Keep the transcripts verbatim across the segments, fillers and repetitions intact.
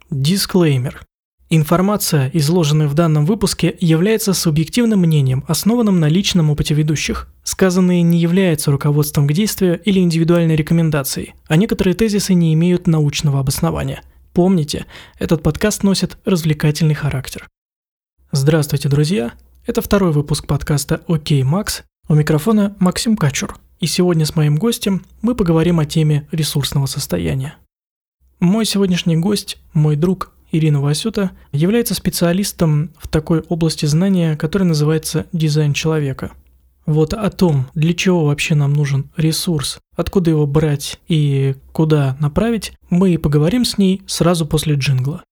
Дисклеймер. Информация, изложенная в данном выпуске, является субъективным мнением, основанным на личном опыте ведущих. Сказанные не являются руководством к действию или индивидуальной рекомендацией, а некоторые тезисы не имеют научного обоснования. Помните, этот подкаст носит развлекательный характер. Здравствуйте, друзья! Это второй выпуск подкаста «Окей, Макс». У микрофона Максим Качур. И сегодня с моим гостем мы поговорим о теме ресурсного состояния. Мой сегодняшний гость, мой друг Ирина Васюта, является специалистом в такой области знания, которая называется дизайн человека. Вот о том, для чего вообще нам нужен ресурс, откуда его брать и куда направить, мы и поговорим с ней сразу после джингла.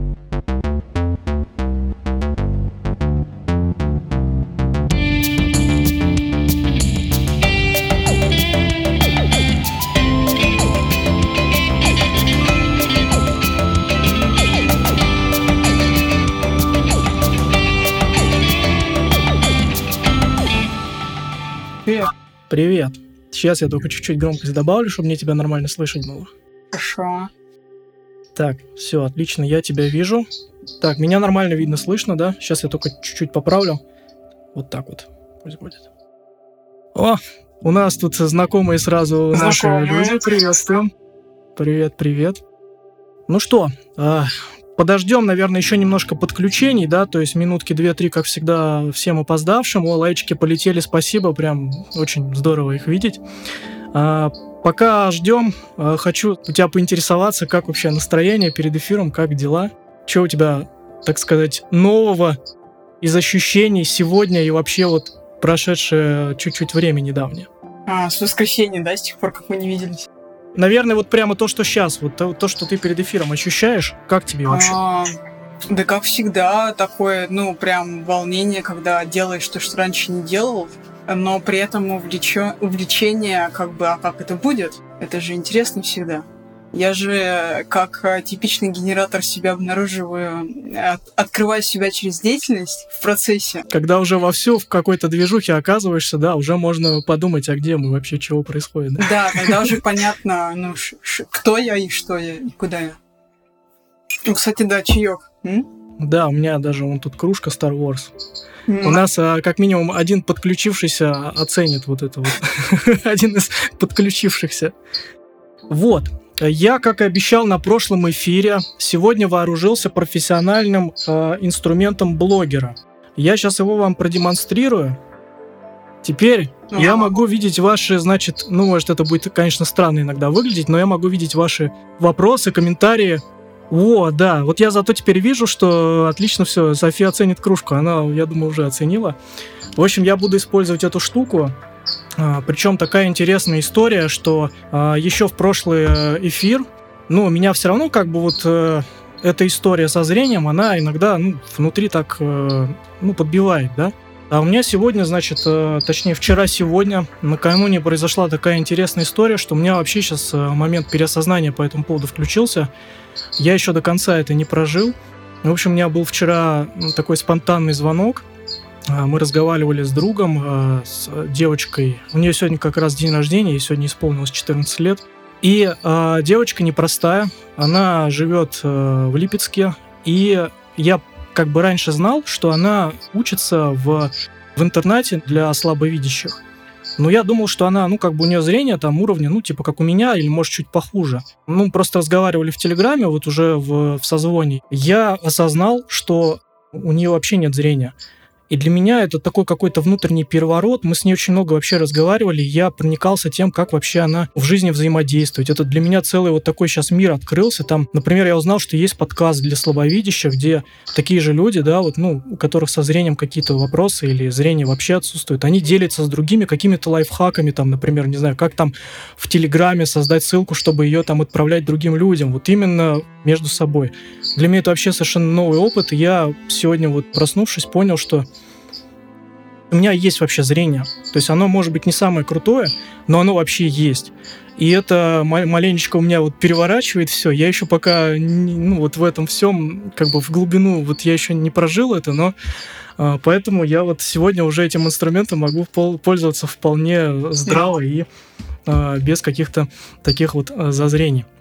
Привет. Привет. Сейчас я только чуть-чуть громкость добавлю, чтобы мне тебя нормально слышать было. Хорошо. Так, все, отлично, я тебя вижу. Так, меня нормально видно, слышно, да? Сейчас я только чуть-чуть поправлю. Вот так вот пусть будет. О, у нас тут знакомые сразу наши люди. Приветствуем. Привет, привет. Ну что, подождем, наверное, еще немножко подключений, да, то есть минутки две-три, как всегда, всем опоздавшим. О, лайчики полетели, спасибо, прям очень здорово их видеть. А, пока ждем, а, хочу у тебя поинтересоваться, как вообще настроение перед эфиром, как дела? Что у тебя, так сказать, нового из ощущений сегодня и вообще вот прошедшее чуть-чуть время недавнее? А, с воскресенья, да, с тех пор, как мы не виделись? Наверное, вот прямо то, что сейчас, вот то, то что ты перед эфиром ощущаешь, как тебе вообще? А, да как всегда, такое, ну, прям волнение, когда делаешь то, что раньше не делал, но при этом увлечё... увлечение, как бы, а как это будет? Это же интересно всегда. Я же, как типичный генератор, себя обнаруживаю, от... открываю себя через деятельность в процессе. Когда уже вовсю в какой-то движухе оказываешься, да, уже можно подумать, а где мы вообще, чего происходит. Да, да, тогда уже понятно, ну, ш- ш- кто я и что я, и куда я. Ну, кстати, да, чаек. М? Да, у меня даже вон тут кружка Star Wars. Mm. У нас а, как минимум один подключившийся оценит вот это вот. Один из подключившихся. Вот. Я, как и обещал на прошлом эфире, сегодня вооружился профессиональным э, инструментом блогера. Я сейчас его вам продемонстрирую. Теперь mm. я могу видеть ваши, значит, ну, может, это будет, конечно, странно иногда выглядеть, но я могу видеть ваши вопросы, комментарии. О, да, вот я зато теперь вижу, что отлично все, София оценит кружку, она, я думаю, уже оценила. В общем, я буду использовать эту штуку. А, причем такая интересная история, что а, еще в прошлый эфир, ну, у меня все равно как бы вот э, эта история со зрением, она иногда, ну, внутри так, э, ну, подбивает, да. А у меня сегодня, значит, э, точнее, вчера-сегодня, накануне произошла такая интересная история, что у меня вообще сейчас э, момент переосознания по этому поводу включился. Я еще до конца это не прожил. В общем, у меня был вчера такой спонтанный звонок. Мы разговаривали с другом, с девочкой. У нее сегодня как раз день рождения, ей сегодня исполнилось четырнадцать лет. И э, девочка непростая, она живет э, в Липецке. И я как бы раньше знал, что она учится в, в интернате для слабовидящих. Но я думал, что она, ну, как бы у нее зрение там уровня, ну, типа как у меня, или, может, чуть похуже. Ну, просто разговаривали в Телеграме, вот уже в, в созвоне. Я осознал, что у нее вообще нет зрения. И для меня это такой какой-то внутренний переворот. Мы с ней очень много вообще разговаривали, и я проникался тем, как вообще она в жизни взаимодействует. Это для меня целый вот такой сейчас мир открылся. Там, например, я узнал, что есть подкаст для слабовидящих, где такие же люди, да, вот, ну, у которых со зрением какие-то вопросы или зрение вообще отсутствует, они делятся с другими какими-то лайфхаками, там, например, не знаю, как там в Телеграме создать ссылку, чтобы ее там отправлять другим людям. Вот именно между собой. Для меня это вообще совершенно новый опыт, и я сегодня вот проснувшись понял, что у меня есть вообще зрение. То есть оно может быть не самое крутое, но оно вообще есть. И это маленечко у меня вот переворачивает все. Я еще пока, ну, вот в этом всем, как бы в глубину, вот я еще не прожил это, но а, поэтому я вот сегодня уже этим инструментом могу пользоваться вполне здраво и а, без каких-то таких вот а, зазрений.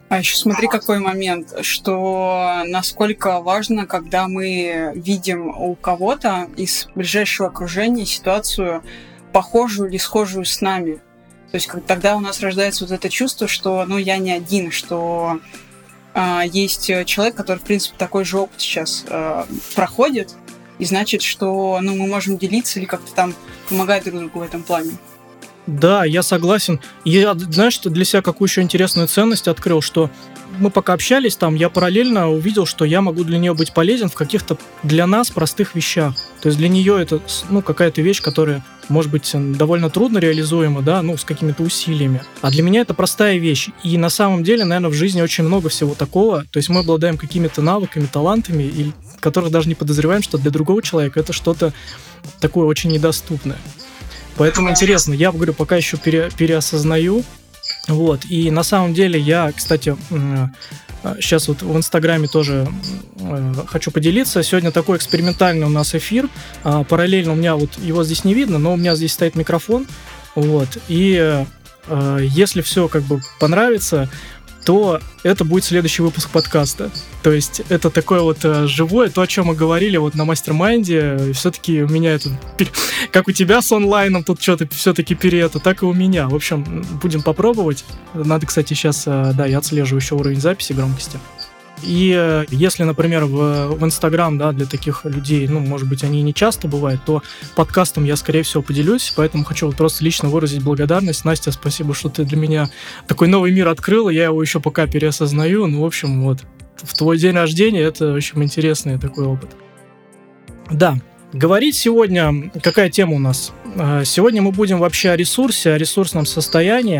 А еще смотри, какой момент, что насколько важно, когда мы видим у кого-то из ближайшего окружения ситуацию похожую или схожую с нами. То есть как, тогда у нас рождается вот это чувство, что ну, я не один, что э, есть человек, который, в принципе, такой же опыт сейчас э, проходит, и значит, что ну, мы можем делиться или как-то там помогать друг другу в этом плане. Да, я согласен. Я, знаешь, что для себя какую еще интересную ценность открыл, что мы пока общались там, я параллельно увидел, что я могу для нее быть полезен в каких-то для нас простых вещах. То есть для нее это ну, какая-то вещь, которая, может быть, довольно трудно реализуема, да, ну, с какими-то усилиями. А для меня это простая вещь. И на самом деле, наверное, в жизни очень много всего такого. То есть мы обладаем какими-то навыками, талантами, и которых даже не подозреваем, что для другого человека это что-то такое очень недоступное. Поэтому интересно, я говорю, пока еще пере, переосознаю. Вот. И на самом деле я, кстати, сейчас вот в Инстаграме тоже хочу поделиться. Сегодня такой экспериментальный у нас эфир. Параллельно у меня вот его здесь не видно, но у меня здесь стоит микрофон. Вот. И если все как бы понравится, то это будет следующий выпуск подкаста. То есть это такое вот э, живое, то, о чем мы говорили вот на мастер-майнде. Все-таки у меня это, как у тебя с онлайном, тут что-то все-таки переето, так и у меня. В общем, будем попробовать. Надо, кстати, сейчас, э, да, я отслеживаю еще уровень записи, громкости. И э, если, например, в, в Инстаграм, да, для таких людей, ну, может быть, они не часто бывают, то подкастом я, скорее всего, поделюсь, поэтому хочу вот просто лично выразить благодарность. Настя, спасибо, что ты для меня такой новый мир открыла, я его еще пока переосознаю, ну, в общем, вот, в твой день рождения это, в общем, интересный такой опыт. Да, говорить сегодня, какая тема у нас? Сегодня мы будем вообще о ресурсе, о ресурсном состоянии.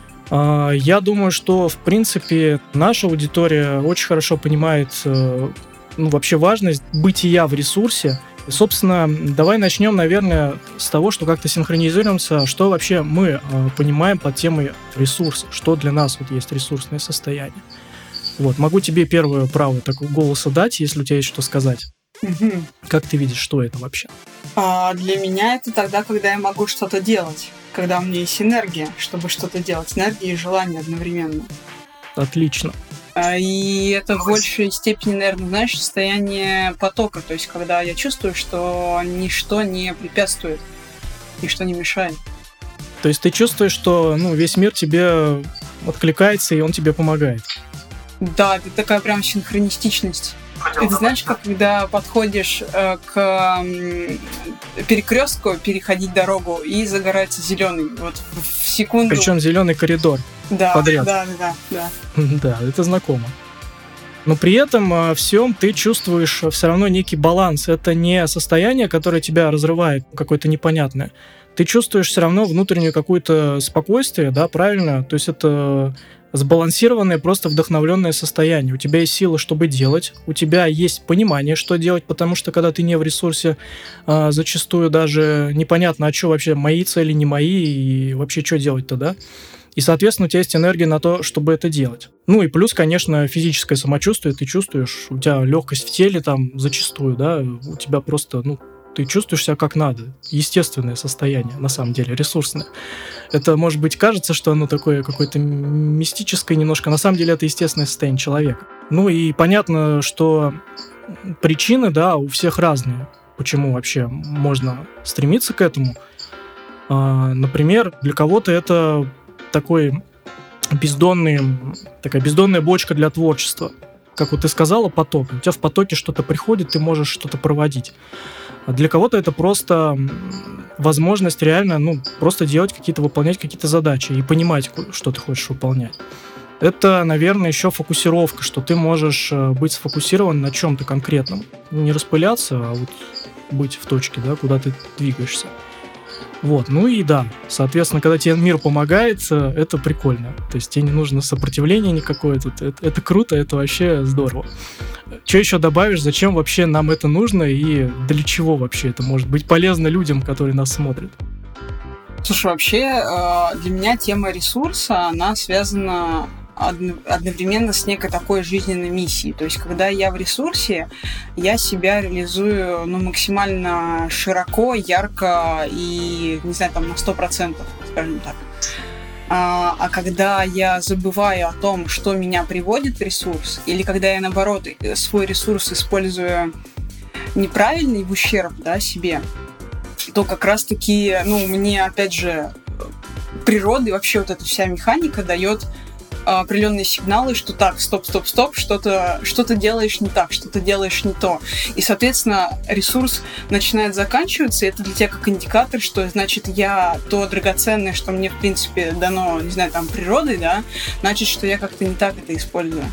Я думаю, что, в принципе, наша аудитория очень хорошо понимает ну, вообще важность бытия в ресурсе. И, собственно, давай начнем, наверное, с того, что как-то синхронизируемся, что вообще мы понимаем под темой ресурса, что для нас вот есть ресурсное состояние. Вот, могу тебе первое право такого голоса дать, если у тебя есть что сказать. Угу. Как ты видишь, что это вообще? А для меня это тогда, когда я могу что-то делать. Когда у меня есть энергия, чтобы что-то делать. Энергия и желание одновременно. Отлично. И это в большей степени, наверное, знаешь, состояние потока. То есть, когда я чувствую, что ничто не препятствует, ничто не мешает. То есть ты чувствуешь, что ну, весь мир тебе откликается, и он тебе помогает? Да, это такая прям синхронистичность. Это знаешь, как когда подходишь э, к э, перекрестку, переходить дорогу, и загорается зеленый. Вот в секунду. Причем зеленый коридор да, подряд. Да, да, да, да. Да, это знакомо. Но при этом э, всем ты чувствуешь все равно некий баланс. Это не состояние, которое тебя разрывает, какое-то непонятное. Ты чувствуешь все равно внутреннее какое-то спокойствие, да, правильно? То есть это сбалансированное, просто вдохновленное состояние. У тебя есть сила, чтобы делать, у тебя есть понимание, что делать, потому что когда ты не в ресурсе, э, зачастую даже непонятно, а что вообще, мои цели, не мои, и вообще что делать-то, да? И, соответственно, у тебя есть энергия на то, чтобы это делать. Ну и плюс, конечно, физическое самочувствие, ты чувствуешь, у тебя легкость в теле там зачастую, да, у тебя просто, ну, ты чувствуешь себя как надо. Естественное состояние, на самом деле, ресурсное. Это, может быть, кажется, что оно такое какое-то мистическое немножко. На самом деле это естественное состояние человека. Ну и понятно, что причины, да, у всех разные. Почему вообще можно стремиться к этому? А, например, для кого-то это такой бездонный, такая бездонная бочка для творчества. Как вот ты сказала, поток. У тебя в потоке что-то приходит, ты можешь что-то проводить. А для кого-то это просто возможность реально, ну, просто делать какие-то, выполнять какие-то задачи и понимать, что ты хочешь выполнять. Это, наверное, еще фокусировка, что ты можешь быть сфокусирован на чем-то конкретном. Не распыляться, а вот быть в точке, да, куда ты двигаешься. Вот, ну и да, соответственно, когда тебе мир помогает, это прикольно. То есть тебе не нужно сопротивление никакое, тут это, это круто, это вообще здорово. Что еще добавишь, зачем вообще нам это нужно и для чего вообще это может быть полезно людям, которые нас смотрят? Слушай, вообще для меня тема ресурса, она связана одновременно с некой такой жизненной миссией. То есть, когда я в ресурсе, я себя реализую ну, максимально широко, ярко и, не знаю, там, на сто процентов, скажем так. А, а когда я забываю о том, что меня приводит в ресурс, или когда я, наоборот, свой ресурс использую неправильно и в ущерб, да, себе, то как раз-таки, ну, мне, опять же, природа и вообще вот эта вся механика дает определенные сигналы, что так, стоп, стоп, стоп, что-то, что-то делаешь не так, что-то делаешь не то. И, соответственно, ресурс начинает заканчиваться, и это для тебя как индикатор, что, значит, я то драгоценное, что мне, в принципе, дано, не знаю, там, природой, да, значит, что я как-то не так это использую.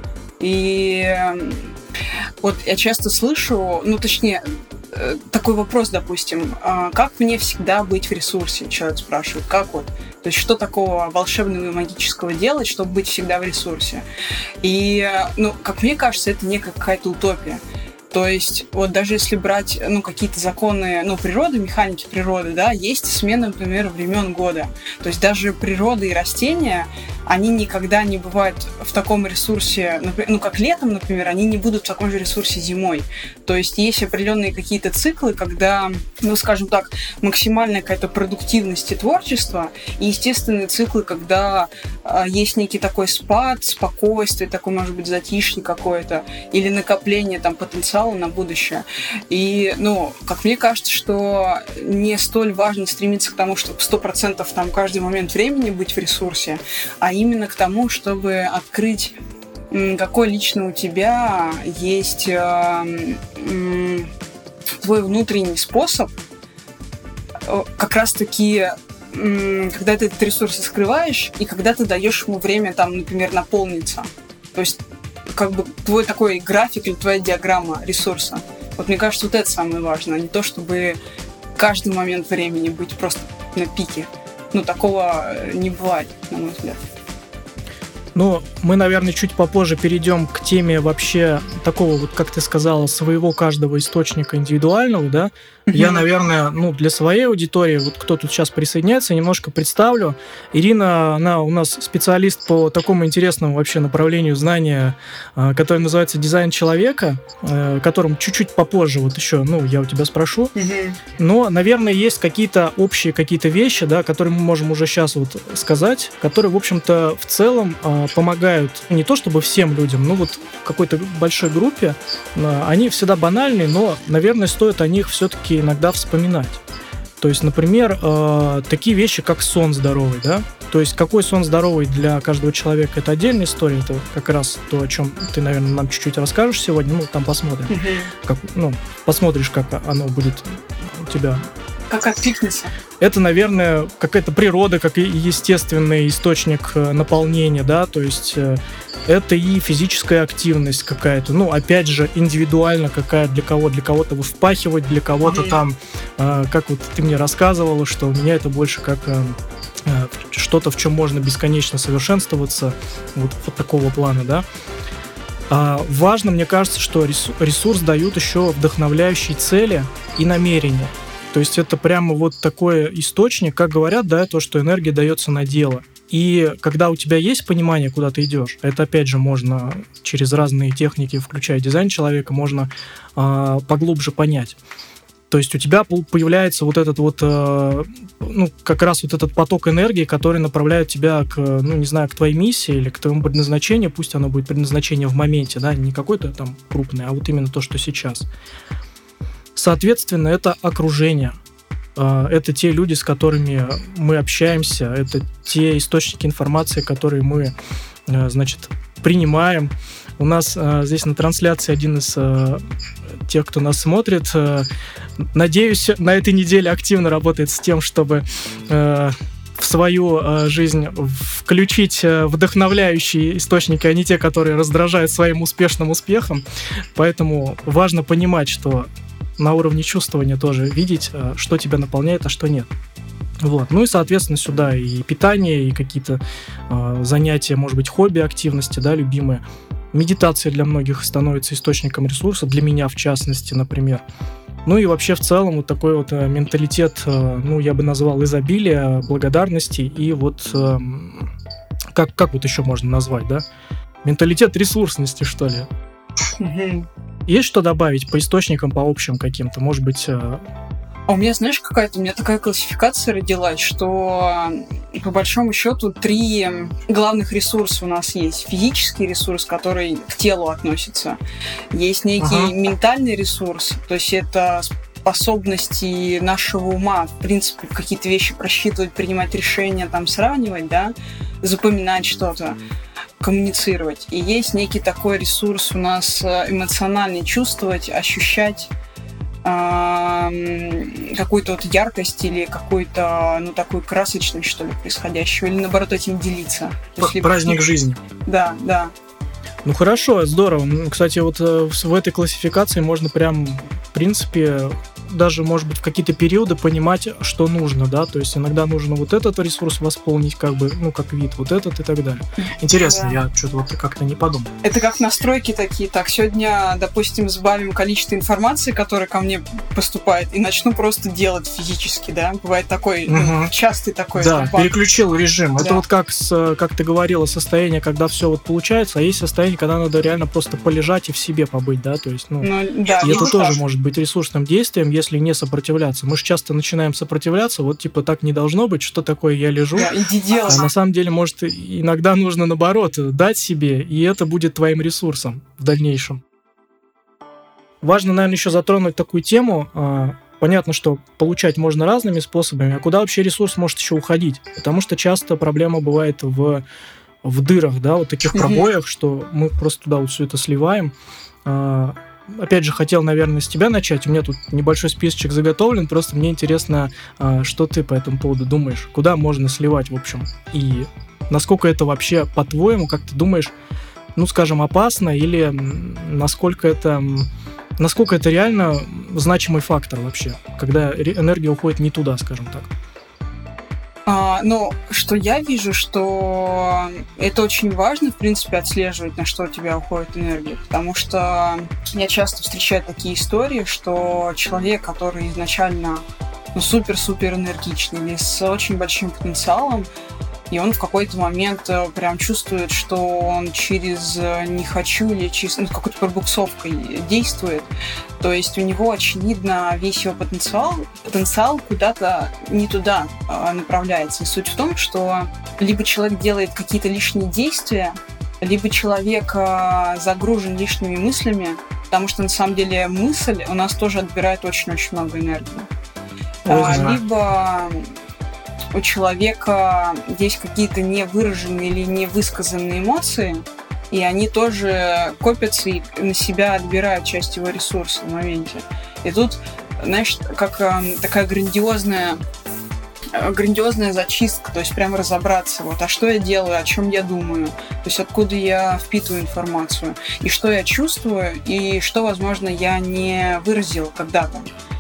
И вот я часто слышу, ну, точнее, такой вопрос, допустим, как мне всегда быть в ресурсе, человек спрашивает, как вот, то есть что такого волшебного и магического делать, чтобы быть всегда в ресурсе. И, ну, как мне кажется, это не какая-то утопия. То есть, вот даже если брать, ну, какие-то законы, ну, природы, механики природы, да, есть смена, например, времен года. То есть даже природа и растения, они никогда не бывают в таком ресурсе, ну, как летом, например, они не будут в таком же ресурсе зимой. То есть есть определенные какие-то циклы, когда, ну, скажем так, максимальная какая-то продуктивность и творчество, и естественные циклы, когда э, есть некий такой спад, спокойствие, такое, может быть, затишье какое-то, или накопление там потенциала на будущее. И, ну, как мне кажется, что не столь важно стремиться к тому, чтобы сто процентов там каждый момент времени быть в ресурсе, а именно к тому, чтобы открыть, какой лично у тебя есть э, э, твой внутренний способ как раз-таки, э, когда ты этот ресурс скрываешь, и когда ты даешь ему время, там, например, наполниться. То есть как бы твой такой график или твоя диаграмма ресурса. Вот мне кажется, вот это самое важное, а не то, чтобы каждый момент времени быть просто на пике. Ну, такого не бывает, на мой взгляд. Ну, мы, наверное, чуть попозже перейдем к теме вообще такого, вот как ты сказала, своего каждого источника индивидуального, да. Mm-hmm. Я, наверное, ну, для своей аудитории, вот кто тут сейчас присоединяется, немножко представлю. Ирина, она у нас специалист по такому интересному вообще направлению знания, которое называется дизайн человека, о котором чуть-чуть попозже вот еще, ну, я у тебя спрошу. Mm-hmm. Но, наверное, есть какие-то общие какие-то вещи, да, которые мы можем уже сейчас вот сказать, которые, в общем-то, в целом помогают не то чтобы всем людям, но вот в какой-то большой группе. Они всегда банальные, но, наверное, стоит о них все-таки иногда вспоминать. То есть, например, такие вещи, как сон здоровый, да? То есть, какой сон здоровый для каждого человека, это отдельная история, это как раз то, о чем ты, наверное, нам чуть-чуть расскажешь сегодня, ну, там посмотрим. Mm-hmm. Как, ну, посмотришь, как оно будет у тебя. Как откликнется. Это, наверное, какая-то природа, как и естественный источник наполнения, да, то есть это и физическая активность какая-то, ну, опять же, индивидуально какая для кого, для кого-то впахивать, для кого-то mm-hmm. там, э, как вот ты мне рассказывала, что у меня это больше как э, что-то, в чем можно бесконечно совершенствоваться, вот, вот такого плана, да. А важно, мне кажется, что ресурс дают еще вдохновляющие цели и намерения. То есть это прямо вот такой источник, как говорят, да, то, что энергия дается на дело. И когда у тебя есть понимание, куда ты идешь, это опять же можно через разные техники, включая дизайн человека, можно э, поглубже понять. То есть у тебя появляется вот этот вот, э, ну, как раз вот этот поток энергии, который направляет тебя к, ну, не знаю, к твоей миссии или к твоему предназначению, пусть оно будет предназначение в моменте, да, не какое-то там крупное, а вот именно то, что сейчас. Соответственно, это окружение, это те люди, с которыми мы общаемся, это те источники информации, которые мы, значит, принимаем. У нас здесь на трансляции один из тех, кто нас смотрит, надеюсь, на этой неделе активно работает с тем, чтобы в свою жизнь включить вдохновляющие источники, а не те, которые раздражают своим успешным успехом. Поэтому важно понимать, что на уровне чувствования тоже видеть, что тебя наполняет, а что нет. Вот. Ну и, соответственно, сюда и питание, и какие-то э, занятия, может быть, хобби, активности, да, любимые. Медитация для многих становится источником ресурса, для меня в частности, например. Ну и вообще в целом вот такой вот э, менталитет, э, ну, я бы назвал изобилия, благодарности и вот э, как, как вот еще можно назвать, да? Менталитет ресурсности, что ли. Mm-hmm. Есть что добавить по источникам, по общим каким-то? Может быть, А у меня, знаешь, какая-то, у меня такая классификация родилась, что по большому счету три главных ресурса у нас есть. Физический ресурс, который к телу относится. Есть некий ага. ментальный ресурс, то есть это способности нашего ума, в принципе, какие-то вещи просчитывать, принимать решения, там, сравнивать, да, запоминать что-то, коммуницировать. И есть некий такой ресурс у нас эмоциональный, чувствовать, ощущать какую-то вот яркость или какую-то, ну, такую красочность, что ли, происходящего, или, наоборот, этим делиться. П- Праздник есть... жизни. Да, да. Ну, хорошо, здорово. Кстати, вот в этой классификации можно прям, в принципе, даже, может быть, в какие-то периоды понимать, что нужно, да, то есть иногда нужно вот этот ресурс восполнить, как бы, ну, как вид, вот этот и так далее. Интересно, да. Я что-то вот как-то не подумал. Это как настройки такие, так, сегодня, допустим, сбавим количество информации, которая ко мне поступает, и начну просто делать физически, да, бывает такой, угу. ну, частый такой. Да, напад. Переключил режим. Да. Это вот как, с, как ты говорила, состояние, когда все вот получается, а есть состояние, когда надо реально просто полежать и в себе побыть, да, то есть, ну, ну да, и это тоже так. Может быть ресурсным действием, если не сопротивляться. Мы же часто начинаем сопротивляться, вот типа так не должно быть, что такое я лежу. Да, иди делай. А на самом деле, может, иногда нужно наоборот дать себе, и это будет твоим ресурсом в дальнейшем. Важно, наверное, еще затронуть такую тему. Понятно, что получать можно разными способами, а куда вообще ресурс может еще уходить? Потому что часто проблема бывает в, в дырах, да, вот таких пробоях, что мы просто туда вот все это сливаем. Опять же, хотел, наверное, с тебя начать. У меня тут небольшой списочек заготовлен. Просто мне интересно, что ты по этому поводу думаешь. Куда можно сливать, в общем? И насколько это вообще, по-твоему, как ты думаешь, ну, скажем, опасно? Или насколько это, насколько это реально значимый фактор вообще? Когда энергия уходит не туда, скажем так. А, ну, что я вижу, что это очень важно, в принципе, отслеживать, на что у тебя уходит энергия, потому что я часто встречаю такие истории, что человек, который изначально ну, супер-супер энергичный или с очень большим потенциалом, и он в какой-то момент прям чувствует, что он через «не хочу» или через ну, какой-то пробуксовкой действует. То есть у него, очевидно, весь его потенциал, потенциал куда-то не туда направляется. И суть в том, что либо человек делает какие-то лишние действия, либо человек загружен лишними мыслями, потому что на самом деле мысль у нас тоже отбирает очень-очень много энергии. А, либо у человека есть какие-то невыраженные или невысказанные эмоции, и они тоже копятся и на себя отбирают часть его ресурса в моменте. И тут, знаешь, как э, такая грандиозная, э, грандиозная зачистка, то есть прям разобраться, вот, а что я делаю, о чем я думаю, то есть откуда я впитываю информацию, и что я чувствую, и что, возможно, я не выразил когда-то.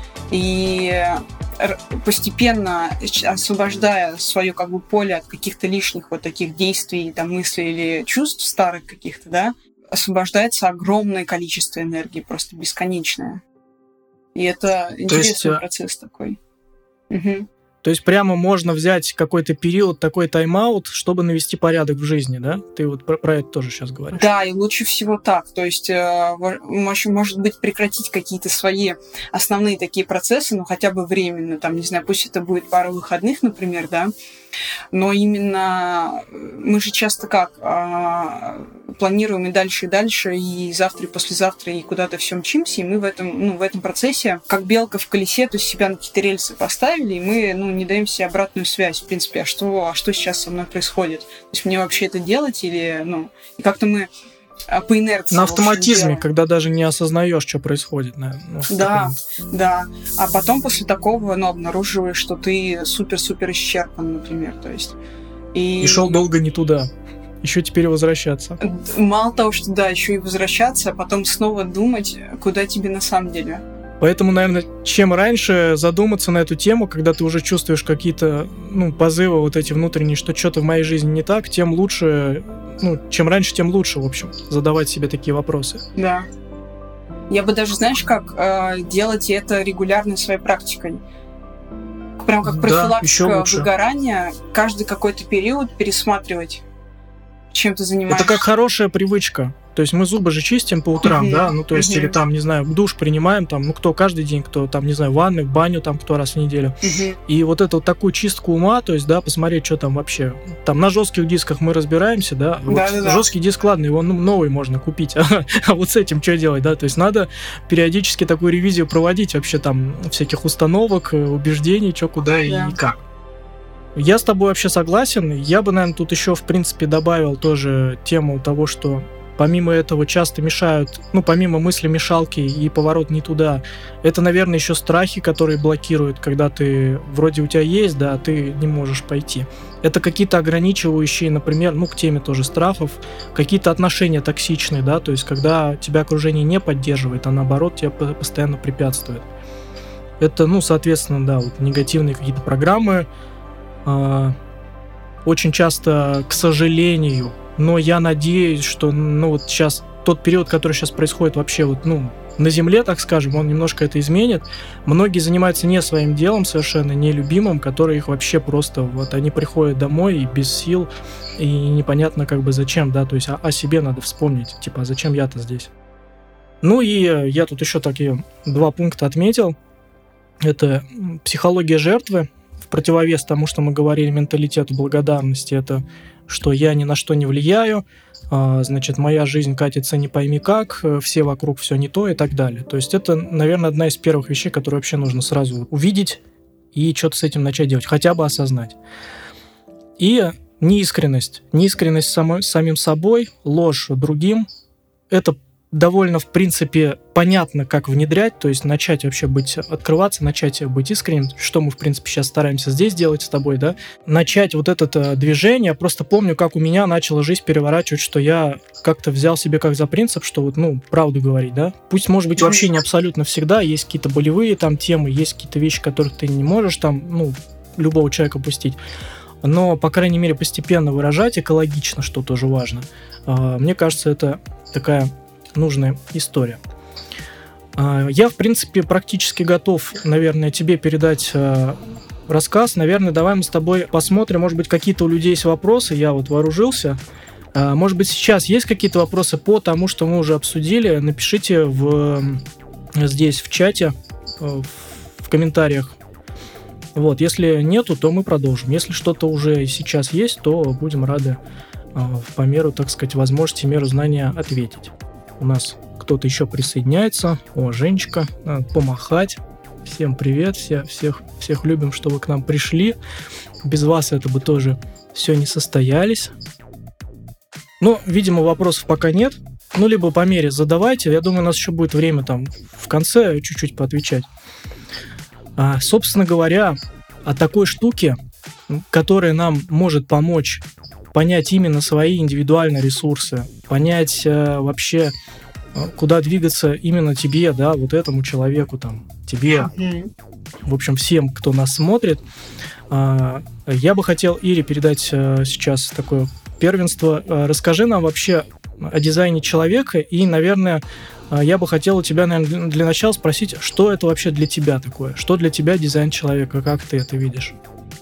И постепенно освобождая свое как бы поле от каких-то лишних вот таких действий, там, мыслей или чувств старых каких-то, да, освобождается огромное количество энергии, просто бесконечное. И это интересный есть, процесс такой. Угу. То есть прямо можно взять какой-то период, такой тайм-аут, чтобы навести порядок в жизни, да? Ты вот про, про это тоже сейчас говоришь. Да, и лучше всего так. То есть, э, может быть, прекратить какие-то свои основные такие процессы, ну, хотя бы временно, там, не знаю, пусть это будет пару выходных, например, да, но именно мы же часто как э, планируем и дальше, и дальше, и завтра, и послезавтра, и куда-то все мчимся, и мы в этом, ну, в этом процессе, как белка в колесе, то есть себя на какие-то рельсы поставили, и мы, ну, не даем себе обратную связь, в принципе, а что, а что сейчас со мной происходит? То есть мне вообще это делать или, ну, и как-то мы по инерции. На автоматизме, когда даже не осознаешь, что происходит. Наверное. Ну, да, таком... да. А потом после такого, ну, обнаруживаешь, что ты супер-супер исчерпан, например, то есть. И... и шел долго не туда. Еще теперь возвращаться. Мало того, что да, еще и возвращаться, а потом снова думать, куда тебе на самом деле. Поэтому, наверное, чем раньше задуматься на эту тему, когда ты уже чувствуешь какие-то, ну, позывы вот эти внутренние, что что-то в моей жизни не так, тем лучше, ну, чем раньше, тем лучше, в общем, задавать себе такие вопросы. Да. Я бы даже, знаешь, как э, делать это регулярно своей практикой. Прям как профилактика да, выгорания, каждый какой-то период пересматривать, чем ты занимаешься. Это как хорошая привычка. То есть мы зубы же чистим по утрам, Мгм. да, ну то есть Мгм. или там, не знаю, душ принимаем, там, ну кто каждый день, кто там, не знаю, ванны, баню, там, кто раз в неделю. Мгм. И вот эту вот такую чистку ума, то есть, да, посмотреть, что там вообще. Там на жестких дисках мы разбираемся, да, вот Да-да-да. жесткий диск, ладно, его ну, новый можно купить, а, а вот с этим что делать, да, то есть надо периодически такую ревизию проводить вообще там всяких установок, э, убеждений, что куда и Да. как. Я с тобой вообще согласен. Я бы, наверное, тут еще, в принципе, добавил тоже тему того, что помимо этого часто мешают, ну, помимо мысли-мешалки и поворот не туда, это, наверное, еще страхи, которые блокируют, когда ты, вроде у тебя есть, да, а ты не можешь пойти. Это какие-то ограничивающие, например, ну, к теме тоже страхов, какие-то отношения токсичные, да, то есть когда тебя окружение не поддерживает, а наоборот тебе по- постоянно препятствует. Это, ну, соответственно, да, вот негативные какие-то программы, а, очень часто, к сожалению, но я надеюсь, что, ну, вот сейчас тот период, который сейчас происходит вообще вот, ну, на Земле, так скажем, он немножко это изменит. Многие занимаются не своим делом, совершенно нелюбимым, которые их вообще просто, вот, они приходят домой и без сил, и непонятно как бы зачем, да, то есть о, о себе надо вспомнить, типа, а зачем я-то здесь? Ну и э, я тут еще такие два пункта отметил. Это м, психология жертвы, в противовес тому, что мы говорили, менталитету благодарности, это что я ни на что не влияю, а, значит, моя жизнь катится не пойми как, э, все вокруг все не то и так далее. То есть это, наверное, одна из первых вещей, которые вообще нужно сразу увидеть и что-то с этим начать делать, хотя бы осознать. И неискренность. Неискренность самой, самим собой, ложь другим. Это довольно, в принципе, понятно, как внедрять, то есть начать вообще быть, открываться, начать быть искренним, что мы, в принципе, сейчас стараемся здесь делать с тобой, да, начать вот это э, движение. Я просто помню, как у меня начала жизнь переворачивать, что я как-то взял себе как за принцип, что вот, ну, правду говорить, да, пусть, может быть, вообще не абсолютно всегда, есть какие-то болевые там темы, есть какие-то вещи, которых ты не можешь там, ну, любого человека пустить, но, по крайней мере, постепенно выражать экологично, что тоже важно. А, Мне кажется, это такая нужная история. А, Я, в принципе, практически готов, наверное, тебе передать а, рассказ. Наверное, давай мы с тобой посмотрим, может быть, какие-то у людей есть вопросы. Я вот вооружился. А, Может быть, сейчас есть какие-то вопросы по тому, что мы уже обсудили. Напишите в, здесь в чате, в в комментариях. Вот, если нету, то мы продолжим. Если что-то уже сейчас есть, то будем рады а, по меру, так сказать, возможности, меру знания ответить. У нас кто-то еще присоединяется. О, Женечка, надо помахать. Всем привет, все, всех, всех любим, что вы к нам пришли. Без вас это бы тоже все не состоялись. Но, видимо, вопросов пока нет. Ну, либо по мере задавайте. Я думаю, у нас еще будет время там в конце чуть-чуть поотвечать. А, собственно говоря, о такой штуке, которая нам может помочь понять именно свои индивидуальные ресурсы, понять э, вообще, э, куда двигаться именно тебе, да, вот этому человеку, там, тебе, Мгм. в общем, всем, кто нас смотрит. А, я бы хотел Ире передать э, сейчас такое первенство. Э, Расскажи нам вообще о дизайне человека, и, наверное, э, я бы хотел у тебя, наверное, для начала спросить, что это вообще для тебя такое? Что для тебя дизайн человека? Как ты это видишь?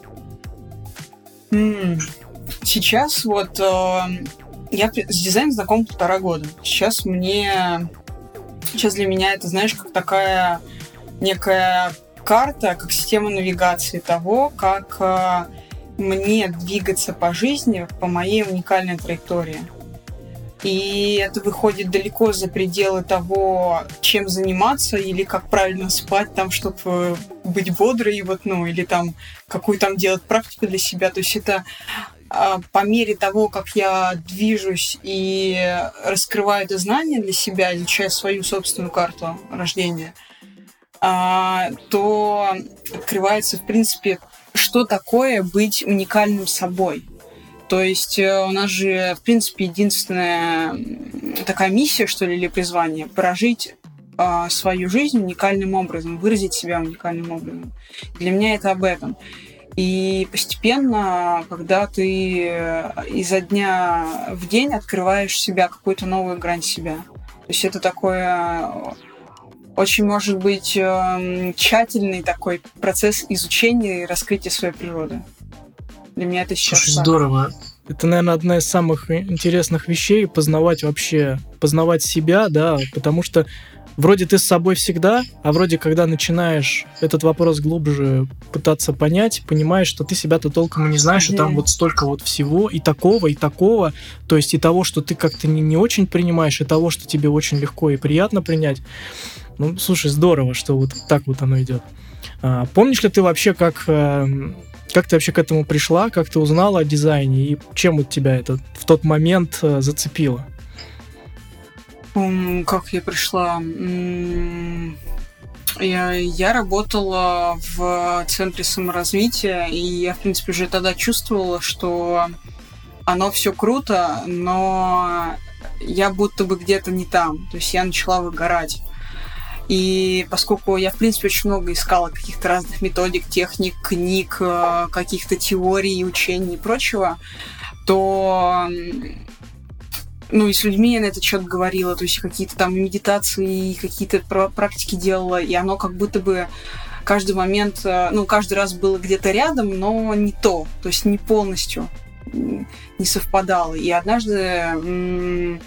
М, Сейчас вот э, я при- с дизайном знаком полтора года. Сейчас мне... Сейчас для меня это, знаешь, как такая некая карта, как система навигации того, как э, мне двигаться по жизни по моей уникальной траектории. И это выходит далеко за пределы того, чем заниматься, или как правильно спать, там, чтобы быть бодрой, вот, ну, или там, какую там делать практику для себя. То есть это а, по мере того, как я движусь и раскрываю это знание для себя, изучаю свою собственную карту рождения, а, то открывается, в принципе, что такое быть уникальным собой. То есть э, у нас же, в принципе, единственная м, такая миссия, что ли, или призвание — прожить э, свою жизнь уникальным образом, выразить себя уникальным образом. Для меня это об этом. И постепенно, когда ты э, изо дня в день открываешь себя, какую-то новую грань себя. То есть это такое э, очень, может быть, э, тщательный такой процесс изучения и раскрытия своей природы. Для меня это сейчас Слушай, так. здорово. это, наверное, одна из самых интересных вещей, познавать вообще, познавать себя, да, потому что вроде ты с собой всегда, а вроде когда начинаешь этот вопрос глубже пытаться понять, понимаешь, что ты себя-то толком и не знаешь, и там вот столько вот всего, и такого, и такого, то есть и того, что ты как-то не, не очень принимаешь, и того, что тебе очень легко и приятно принять. Ну, слушай, здорово, что вот так вот оно идет. А, помнишь ли ты вообще, как, как ты вообще к этому пришла, как ты узнала о дизайне, и чем вот тебя это в тот момент зацепило? Um, как я пришла? Я, я работала в центре саморазвития, и я, в принципе, уже тогда чувствовала, что оно все круто, но я будто бы где-то не там. То есть я начала выгорать. И поскольку я, в принципе, очень много искала каких-то разных методик, техник, книг, каких-то теорий, учений и прочего, то... Ну, и с людьми я на этот счет говорила, то есть какие-то там медитации, какие-то практики делала, и оно как будто бы каждый момент, ну, каждый раз было где-то рядом, но не то, то есть не полностью не совпадало. И однажды м-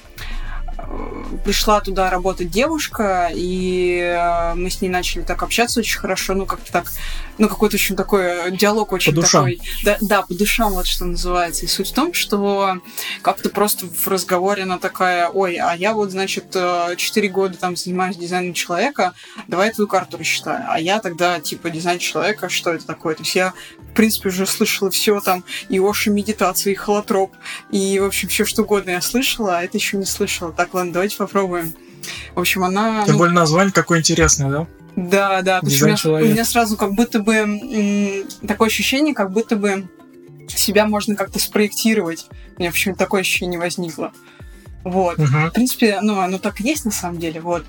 пришла туда работать девушка, и мы с ней начали так общаться очень хорошо, ну, как-то так, ну, какой-то очень такой диалог очень по такой... Да, да, по душам, вот что называется. И суть в том, что как-то просто в разговоре она такая: ой, а я вот, значит, четыре года там занимаюсь дизайном человека, давай твою карту рассчитай. А я тогда, типа, дизайн человека, что это такое? То есть я, в принципе, уже слышала все там, и Оши медитации, и холотроп, и, в общем, все что угодно я слышала, а это еще не слышала. Так, ладно, давайте попробуем. В общем, она... Тем ну, более название такое интересное, да? Да, да. То есть у, меня, у меня сразу как будто бы м- такое ощущение, как будто бы себя можно как-то спроектировать. У меня почему-то такое ощущение возникло. Вот. Uh-huh. В принципе, ну, оно так и есть на самом деле. Вот.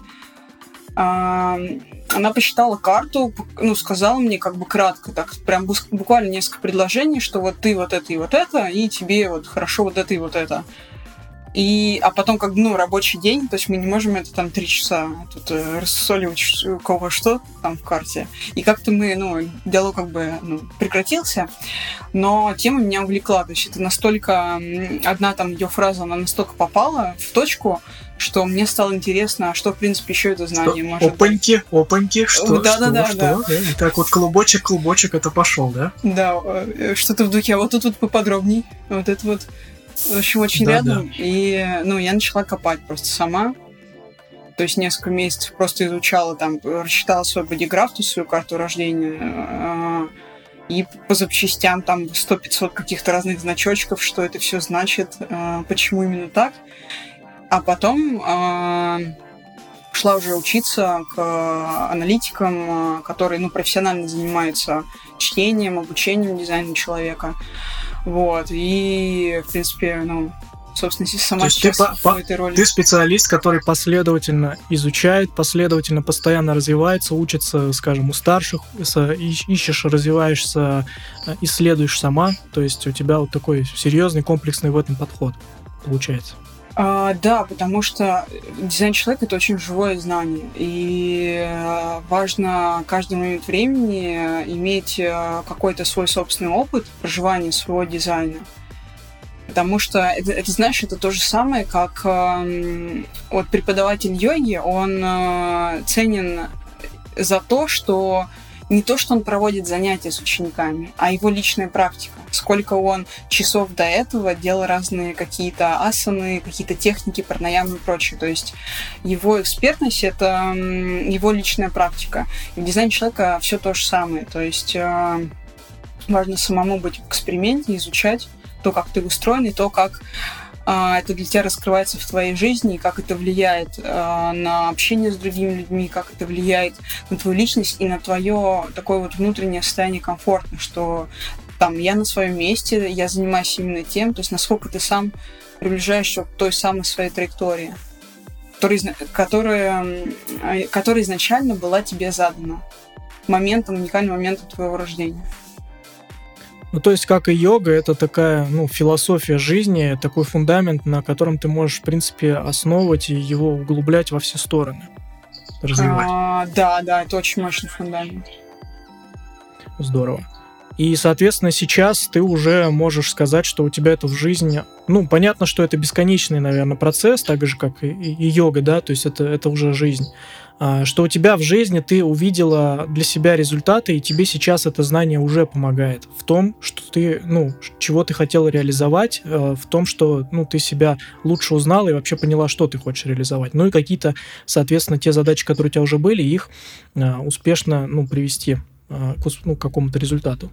А, она посчитала карту, ну, сказала мне как бы кратко, так прям буквально несколько предложений, что вот ты вот это и вот это, и тебе вот хорошо вот это и вот это. И, а потом, как бы, ну, рабочий день, то есть мы не можем это там три часа тут э, рассоливать у кого что там в карте. И как-то мы, ну, диалог как бы ну, прекратился, но тема меня увлекла. То есть это настолько, одна там ее фраза, она настолько попала в точку, что мне стало интересно, что, в принципе, еще это знание что? может Опаньки, опаньки, что, да, что, да, да, что, да. да? И так вот клубочек, клубочек, это пошел, да? Да, что-то в духе, а вот тут вот поподробней, вот это вот. В общем, очень да, рядом, да. И, ну, я начала копать просто сама. То есть несколько месяцев просто изучала, там, рассчитала свой бодиграф, то есть свою карту рождения, и по запчастям там сто-пятьсот каких-то разных значочков, что это все значит, почему именно так. А потом шла уже учиться к аналитикам, которые, ну, профессионально занимаются чтением, обучением дизайна человека. Вот, и, в принципе, ну, собственно, сама сейчас ты, в этой роли. Ты специалист, который последовательно изучает, последовательно постоянно развивается, учится, скажем, у старших, ищешь, развиваешься, исследуешь сама, то есть у тебя вот такой серьезный, комплексный в этом подход получается. А, да, потому что дизайн человека — это очень живое знание, и важно каждый момент времени иметь какой-то свой собственный опыт проживания своего дизайна. Потому что это, это, знаешь, это то же самое, как э, вот преподаватель йоги, он э, ценен за то, что не то, что он проводит занятия с учениками, а его личная практика. Сколько он часов до этого делал разные какие-то асаны, какие-то техники, пранаямы и прочее. То есть его экспертность — это его личная практика. И в дизайне человека все то же самое. То есть э, важно самому быть в эксперименте, изучать то, как ты устроен, и то, как э, это для тебя раскрывается в твоей жизни, и как это влияет э, на общение с другими людьми, как это влияет на твою личность и на твое такое вот внутреннее состояние комфорта, что там я на своем месте, я занимаюсь именно тем, то есть насколько ты сам приближаешься к той самой своей траектории, которая, которая, которая изначально была тебе задана моментом, уникальным моментом твоего рождения. Ну, то есть, как и йога, это такая, ну, философия жизни, такой фундамент, на котором ты можешь, в принципе, основывать и его углублять во все стороны, развивать. А, да, да, это очень мощный фундамент. Здорово. И, соответственно, сейчас ты уже можешь сказать, что у тебя это в жизни... Ну, понятно, что это бесконечный, наверное, процесс, так же, как и, и йога, да, то есть это, это уже жизнь. А, что у тебя в жизни ты увидела для себя результаты, и тебе сейчас это знание уже помогает в том, что ты, ну, чего ты хотела реализовать, в том, что, ну, ты себя лучше узнала и вообще поняла, что ты хочешь реализовать. Ну, и какие-то, соответственно, те задачи, которые у тебя уже были, их а, успешно, ну, привести а, к, ну, к какому-то результату.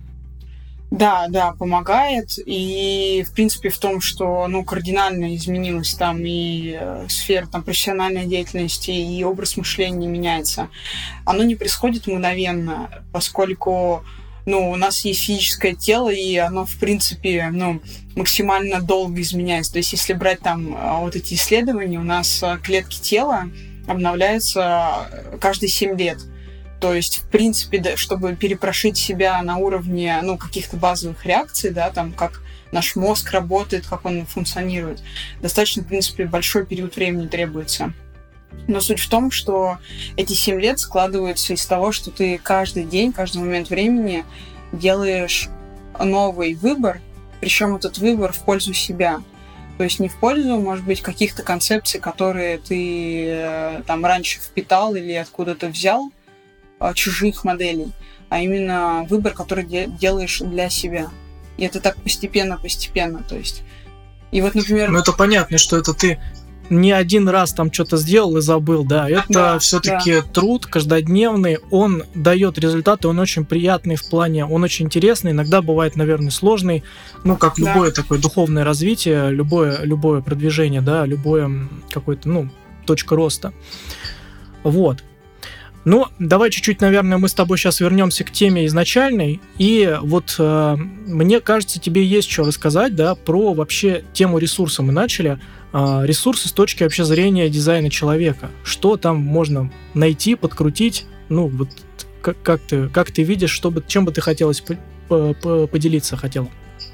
Да, да, помогает. И, в принципе, в том, что, ну, кардинально изменилась там и э, сфера там, профессиональной деятельности, и образ мышления меняется. Оно не происходит мгновенно, поскольку, ну, у нас есть физическое тело, и оно, в принципе, ну, максимально долго изменяется. То есть, если брать там вот эти исследования, у нас клетки тела обновляются каждые семь лет. То есть, в принципе, да, чтобы перепрошить себя на уровне, ну, каких-то базовых реакций, да, там, как наш мозг работает, как он функционирует, достаточно, в принципе, большой период времени требуется. Но суть в том, что эти семь лет складываются из того, что ты каждый день, каждый момент времени делаешь новый выбор, причем этот выбор в пользу себя. То есть не в пользу, может быть, каких-то концепций, которые ты там раньше впитал или откуда-то взял, чужих моделей, а именно выбор, который де- делаешь для себя. И это так постепенно-постепенно, то есть. И вот, например... Ну, это понятно, что это ты не один раз там что-то сделал и забыл, да. Это да, все-таки да. Труд каждодневный, он дает результаты, он очень приятный в плане, он очень интересный, иногда бывает, наверное, сложный, ну, как любое да. такое духовное развитие, любое, любое продвижение, да, любое какое-то, ну, точка роста. Вот. Ну, давай чуть-чуть, наверное, мы с тобой сейчас вернемся к теме изначальной. И вот э, мне кажется, тебе есть что рассказать, да, про вообще тему ресурса. Мы начали. Э, ресурсы с точки вообще зрения дизайна человека. Что там можно найти, подкрутить? Ну, вот как, как, ты, как ты видишь, что бы, чем бы ты хотелось по- по- поделиться хотела?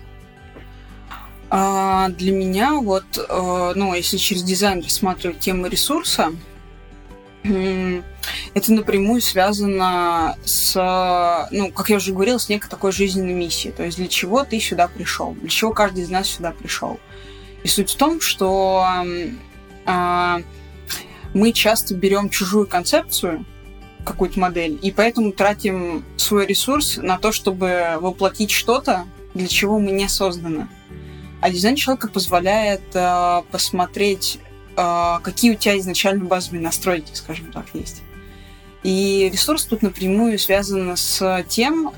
А для меня вот, э, ну, если через дизайн рассматривать тему ресурса, это напрямую связано с, ну, как я уже говорила, с некой такой жизненной миссией. То есть для чего ты сюда пришел, для чего каждый из нас сюда пришел. И суть в том, что э, мы часто берем чужую концепцию, какую-то модель, и поэтому тратим свой ресурс на то, чтобы воплотить что-то, для чего мы не созданы. А дизайн человека позволяет э, посмотреть, какие у тебя изначально базовые настройки, скажем так, есть. И ресурс тут напрямую связан с тем,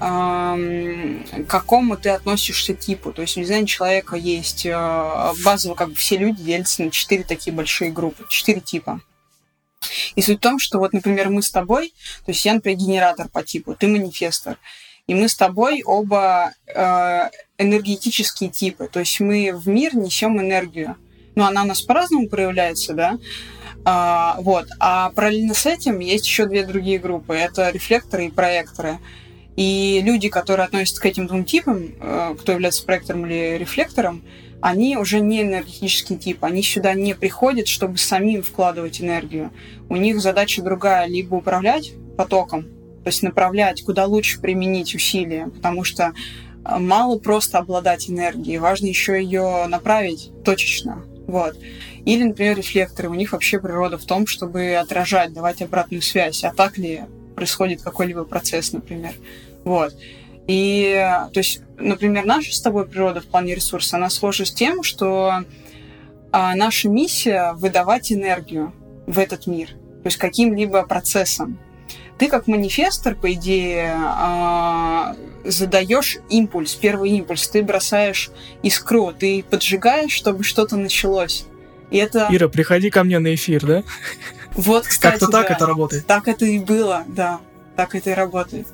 к какому ты относишься типу. То есть у дизайна человека есть базово, как бы все люди делятся на четыре такие большие группы, четыре типа. И суть в том, что вот, например, мы с тобой, то есть я, например, генератор по типу, ты манифестор, и мы с тобой оба энергетические типы, то есть мы в мир несем энергию. Но она у нас по-разному проявляется, да, а, вот. А параллельно с этим есть еще две другие группы. Это рефлекторы и проекторы. И люди, которые относятся к этим двум типам, кто является проектором или рефлектором, они уже не энергетический тип. Они сюда не приходят, чтобы самим вкладывать энергию. У них задача другая. Либо управлять потоком, то есть направлять, куда лучше применить усилия, потому что мало просто обладать энергией, важно еще ее направить точечно. Вот. Или, например, рефлекторы. У них вообще природа в том, чтобы отражать, давать обратную связь. А так ли происходит какой-либо процесс, например. Вот. И, то есть, например, наша с тобой природа в плане ресурса, она схожа с тем, что а, наша миссия — выдавать энергию в этот мир. То есть каким-либо процессом. Ты как манифестор, по идее, а, задаешь импульс, первый импульс, ты бросаешь искру, ты поджигаешь, чтобы что-то началось. И это... Ира, приходи ко мне на эфир, да? Вот, кстати, как-то так да. это работает. Так это и было, да, так это и работает.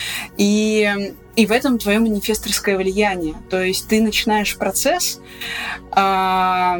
И, и в этом твое манифесторское влияние. То есть ты начинаешь процесс а,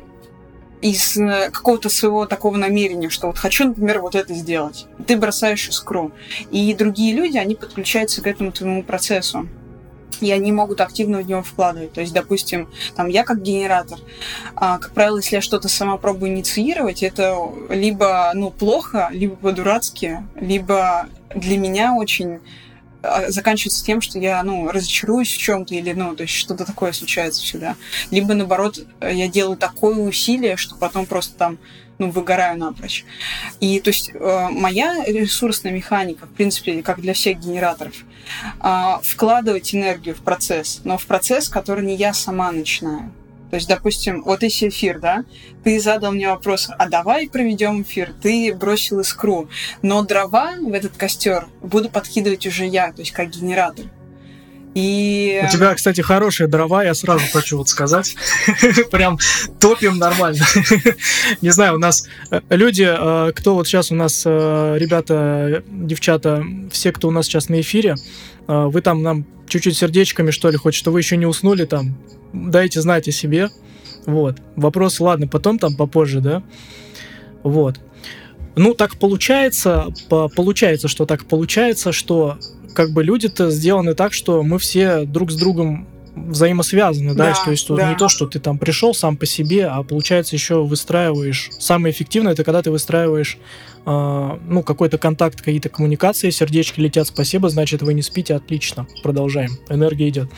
из какого-то своего такого намерения, что вот хочу, например, вот это сделать. Ты бросаешь искру. И другие люди, они подключаются к этому твоему процессу. И они могут активно в него вкладывать. То есть, допустим, там я как генератор, а, как правило, если я что-то сама пробую инициировать, это либо ну, плохо, либо по-дурацки, либо для меня очень заканчивается тем, что я, ну, разочаруюсь в чем-то или, ну, то есть что-то такое случается всегда. Либо, наоборот, я делаю такое усилие, что потом просто там, ну, выгораю напрочь. И, то есть, моя ресурсная механика, в принципе, как для всех генераторов, вкладывать энергию в процесс, но в процесс, который не я сама начинаю. То есть, допустим, вот если эфир, да, ты задал мне вопрос, а давай проведем эфир, ты бросил искру, но дрова в этот костер буду подкидывать уже я, то есть как генератор. И... У тебя, кстати, хорошие дрова, я сразу хочу вот сказать. Прям топим нормально. Не знаю, у нас люди, кто вот сейчас у нас, ребята, девчата, все, кто у нас сейчас на эфире, вы там нам чуть-чуть сердечками, что ли, хоть, что вы еще не уснули там, дайте знать о себе. Вот. Вопрос, ладно, потом там попозже, да? Вот. Ну, так получается, получается, что так получается, что как бы люди-то сделаны так, что мы все друг с другом взаимосвязаны, да, да, то есть да. Не то, что ты там пришел сам по себе, а получается еще выстраиваешь. Самое эффективное — это когда ты выстраиваешь э, ну, какой-то контакт, какие-то коммуникации, сердечки летят, спасибо, значит, вы не спите, отлично, продолжаем, энергия идет.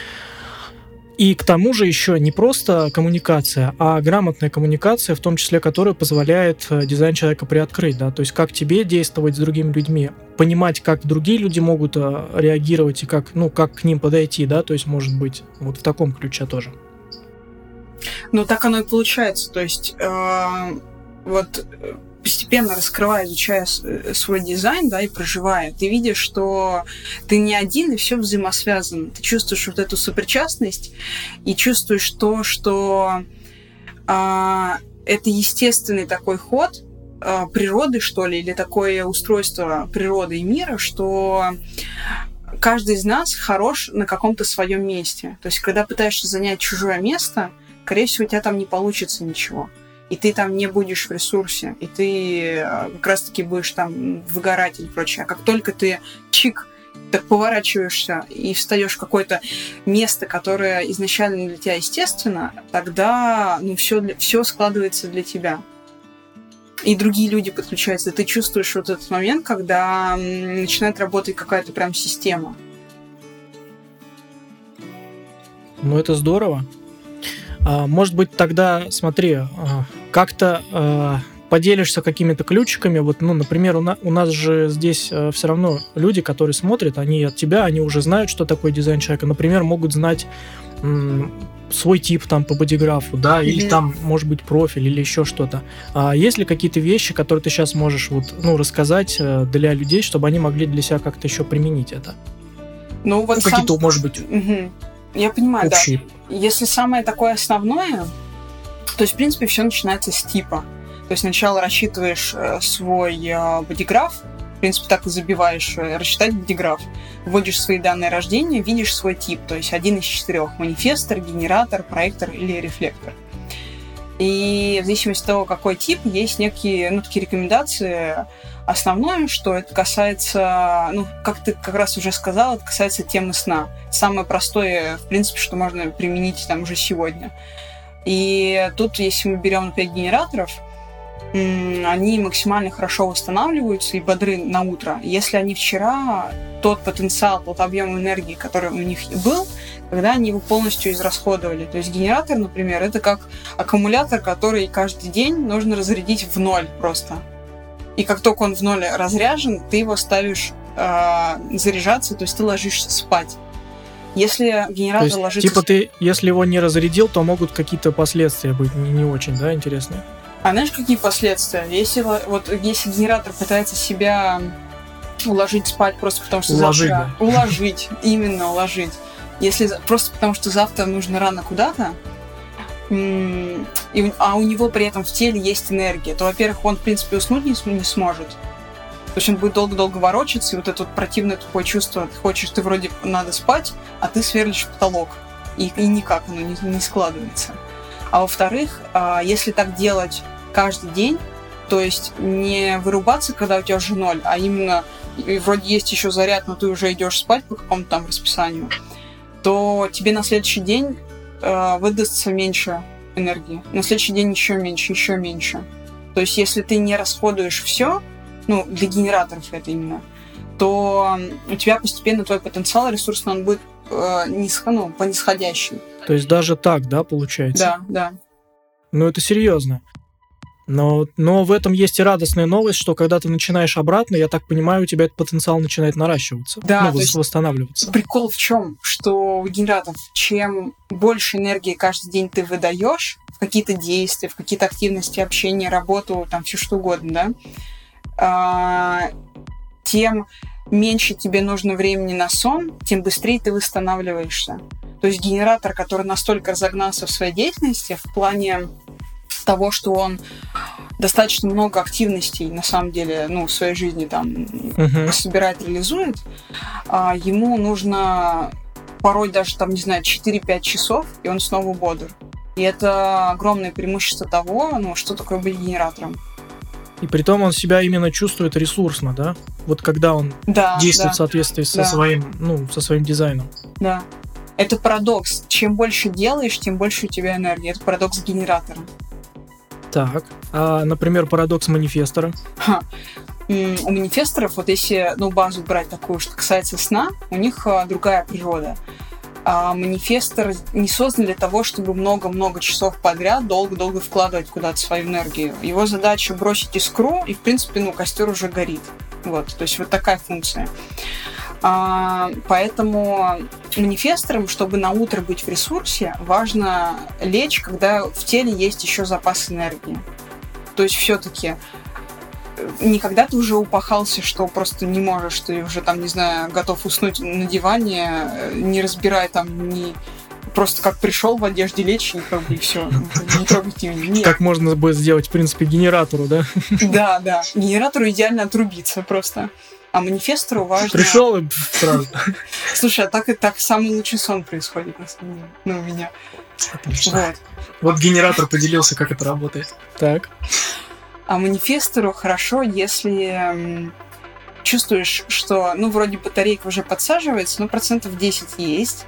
И к тому же еще не просто коммуникация, а грамотная коммуникация, в том числе, которая позволяет дизайн человека приоткрыть, да, то есть как тебе действовать с другими людьми, понимать, как другие люди могут реагировать и как, ну, как к ним подойти, да, то есть, может быть, вот в таком ключе тоже. Ну, так оно и получается, то есть э, вот постепенно раскрывая, изучая свой дизайн, да, и проживая, ты видишь, что ты не один, и все взаимосвязано. Ты чувствуешь вот эту сопричастность и чувствуешь то, что а, это естественный такой ход а, природы, что ли, или такое устройство природы и мира, что каждый из нас хорош на каком-то своем месте. То есть, когда пытаешься занять чужое место, скорее всего, у тебя там не получится ничего. И ты там не будешь в ресурсе, и ты как раз-таки будешь там выгорать или прочее. А как только ты чик, так поворачиваешься и встаешь в какое-то место, которое изначально для тебя естественно, тогда ну, все, все складывается для тебя. И другие люди подключаются. Ты чувствуешь вот этот момент, когда начинает работать какая-то прям система. Ну, это здорово. Может быть, тогда, смотри, как-то поделишься какими-то ключиками. Вот, ну, например, у, на, у нас же здесь все равно люди, которые смотрят, они от тебя, они уже знают, что такое дизайн человека. Например, могут знать м, свой тип там по бодиграфу, да, mm-hmm. или там, может быть, профиль или еще что-то. А есть ли какие-то вещи, которые ты сейчас можешь вот, ну, рассказать для людей, чтобы они могли для себя как-то еще применить это? Ну, вот ну сам... какие-то, может быть, mm-hmm. Я понимаю, общие. Да. Если самое такое основное, то есть, в принципе, все начинается с типа. То есть сначала рассчитываешь э, свой э, бодиграф, в принципе, так и забиваешь э, рассчитать бодиграф, вводишь свои данные рождения, видишь свой тип, то есть один из четырех: манифестор, генератор, проектор или рефлектор. И в зависимости от того, какой тип, есть некие, ну, такие рекомендации. Основное, что это касается, ну, как ты как раз уже сказал, это касается темы сна. Самое простое, в принципе, что можно применить там уже сегодня. И тут, если мы берем, например, генераторов, они максимально хорошо восстанавливаются и бодры на утро. Если они вчера, тот потенциал, тот объем энергии, который у них был, когда они его полностью израсходовали. То есть генератор, например, это как аккумулятор, который каждый день нужно разрядить в ноль просто. И как только он в ноль разряжен, ты его ставишь э, заряжаться, то есть ты ложишься спать. Если генератор то есть, ложится... Типа ты, если его не разрядил, то могут какие-то последствия быть не, не очень, да, интересные? А знаешь, какие последствия? Если, вот, если генератор пытается себя уложить спать просто потому, что уложить, завтра... Да. Уложить, именно уложить. Если просто потому, что завтра нужно рано куда-то, м- и, а у него при этом в теле есть энергия, то, во-первых, он, в принципе, уснуть не, не сможет. То есть он будет долго-долго ворочаться, и вот это вот противное тупое чувство, ты хочешь, ты вроде надо спать, а ты сверлишь потолок. И, и никак оно не, не складывается. А во-вторых, если так делать каждый день, то есть не вырубаться, когда у тебя уже ноль, а именно и вроде есть еще заряд, но ты уже идешь спать по какому-то там расписанию, то тебе на следующий день э, выдастся меньше энергии. На следующий день еще меньше, еще меньше. То есть если ты не расходуешь все, ну, для генераторов это именно, то у тебя постепенно твой потенциал ресурсный, он будет э, нисхо, ну, по нисходящей. То есть даже так, да, получается? Да, да. Ну, это серьезно. Но, но в этом есть и радостная новость, что когда ты начинаешь обратно, я так понимаю, у тебя этот потенциал начинает наращиваться, да, ну, восстанавливаться. Прикол в чем? Что у генераторов, чем больше энергии каждый день ты выдаешь в какие-то действия, в какие-то активности, общения, работу, там, все что угодно, да, а, тем меньше тебе нужно времени на сон, тем быстрее ты восстанавливаешься. То есть генератор, который настолько разогнался в своей деятельности в плане того, что он достаточно много активностей, на самом деле, ну, в своей жизни там uh-huh. собирает, реализует, а, ему нужно порой даже, там, не знаю, четыре-пять часов, и он снова бодр. И это огромное преимущество того, ну, что такое быть генератором. И при том он себя именно чувствует ресурсно, да? Вот когда он да, действует да, в соответствии со, да. своим, ну, со своим дизайном. Да. Это парадокс. Чем больше делаешь, тем больше у тебя энергии. Это парадокс генератора. Так, а, например, парадокс манифестора? Ха. У манифесторов, вот если, ну, базу брать такую, что касается сна, у них а, другая природа. А манифестор не создан для того, чтобы много-много часов подряд долго-долго вкладывать куда-то свою энергию. Его задача бросить искру, и, в принципе, ну, костер уже горит. Вот, то есть вот такая функция. А, поэтому манифесторам, чтобы на утро быть в ресурсе, важно лечь, когда в теле есть еще запас энергии. То есть все-таки не когда ты уже упахался, что просто не можешь, ты уже там, не знаю, готов уснуть на диване, не разбирая там, не просто как пришел в одежде лечь, и как бы и все, не трогайте меня. Нет. Как можно будет сделать, в принципе, генератору, да? Да, да. Генератору идеально отрубиться просто. А манифестору важно... Пришел и сразу. Слушай, а так и так самый лучший сон происходит, на самом деле. Ну, у меня. Отлично. Вот. Вот генератор поделился, как это работает. Так. А манифестору хорошо, если м, чувствуешь, что, ну, вроде батарейка уже подсаживается, но процентов десять есть,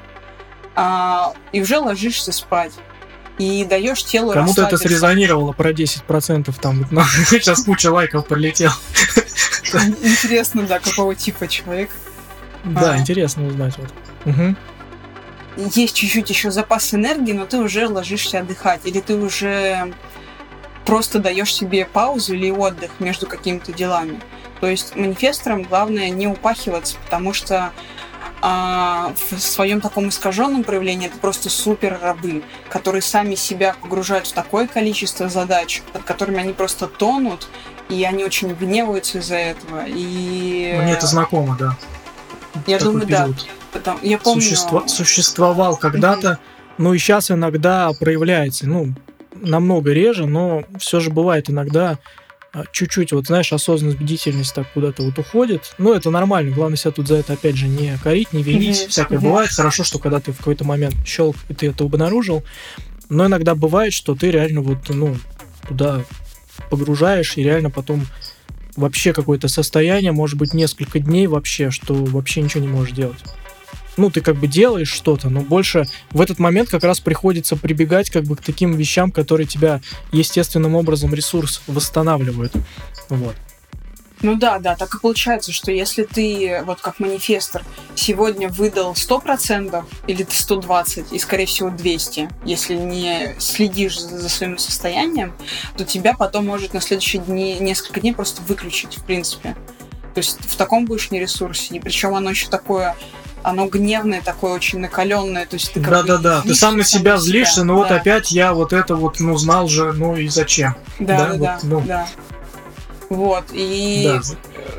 а, и уже ложишься спать. И даешь телу Кому-то расслабиться. это срезонировало про десять процентов, там, ну, сейчас куча лайков прилетела. Интересно, да, какого типа человек. Да, а. интересно узнать. Вот. Угу. Есть чуть-чуть еще запас энергии, но ты уже ложишься отдыхать, или ты уже просто даешь себе паузу или отдых между какими-то делами. То есть манифесторам главное не упахиваться, потому что а, в своем таком искаженном проявлении это просто супер рабы, которые сами себя погружают в такое количество задач, под которыми они просто тонут, и они очень гневаются из-за этого. И... Мне это знакомо, да. Я Такой думаю, период. да. Потом, я помню... Существо... Существовал когда-то, mm-hmm. ну и сейчас иногда проявляется, ну, намного реже, но все же бывает иногда чуть-чуть, вот знаешь, осознанность, бдительность так куда-то вот уходит. Ну, это нормально, главное себя тут за это, опять же, не корить, не винить, mm-hmm. всякое mm-hmm. бывает. Хорошо, что когда ты в какой-то момент щелк, и ты это обнаружил, но иногда бывает, что ты реально вот, ну, туда погружаешь, и реально потом вообще какое-то состояние, может быть, несколько дней вообще, что вообще ничего не можешь делать. Ну, ты как бы делаешь что-то, но больше в этот момент как раз приходится прибегать как бы к таким вещам, которые тебя естественным образом ресурс восстанавливают. Вот. Ну да, да, так и получается, что если ты, вот как манифестор, сегодня выдал сто процентов или ты сто двадцать, и, скорее всего, двести, если не следишь за, за своим состоянием, то тебя потом может на следующие дни, несколько дней просто выключить, в принципе. То есть в таком будешь нересурсе, и причем оно еще такое... Оно гневное, такое очень накаленное. То есть ты как Да-да-да, ты сам на себя злишься, но да. вот опять я вот это вот, ну, знал же, ну и зачем. Да-да-да, да, вот, ну. да. Вот, и да.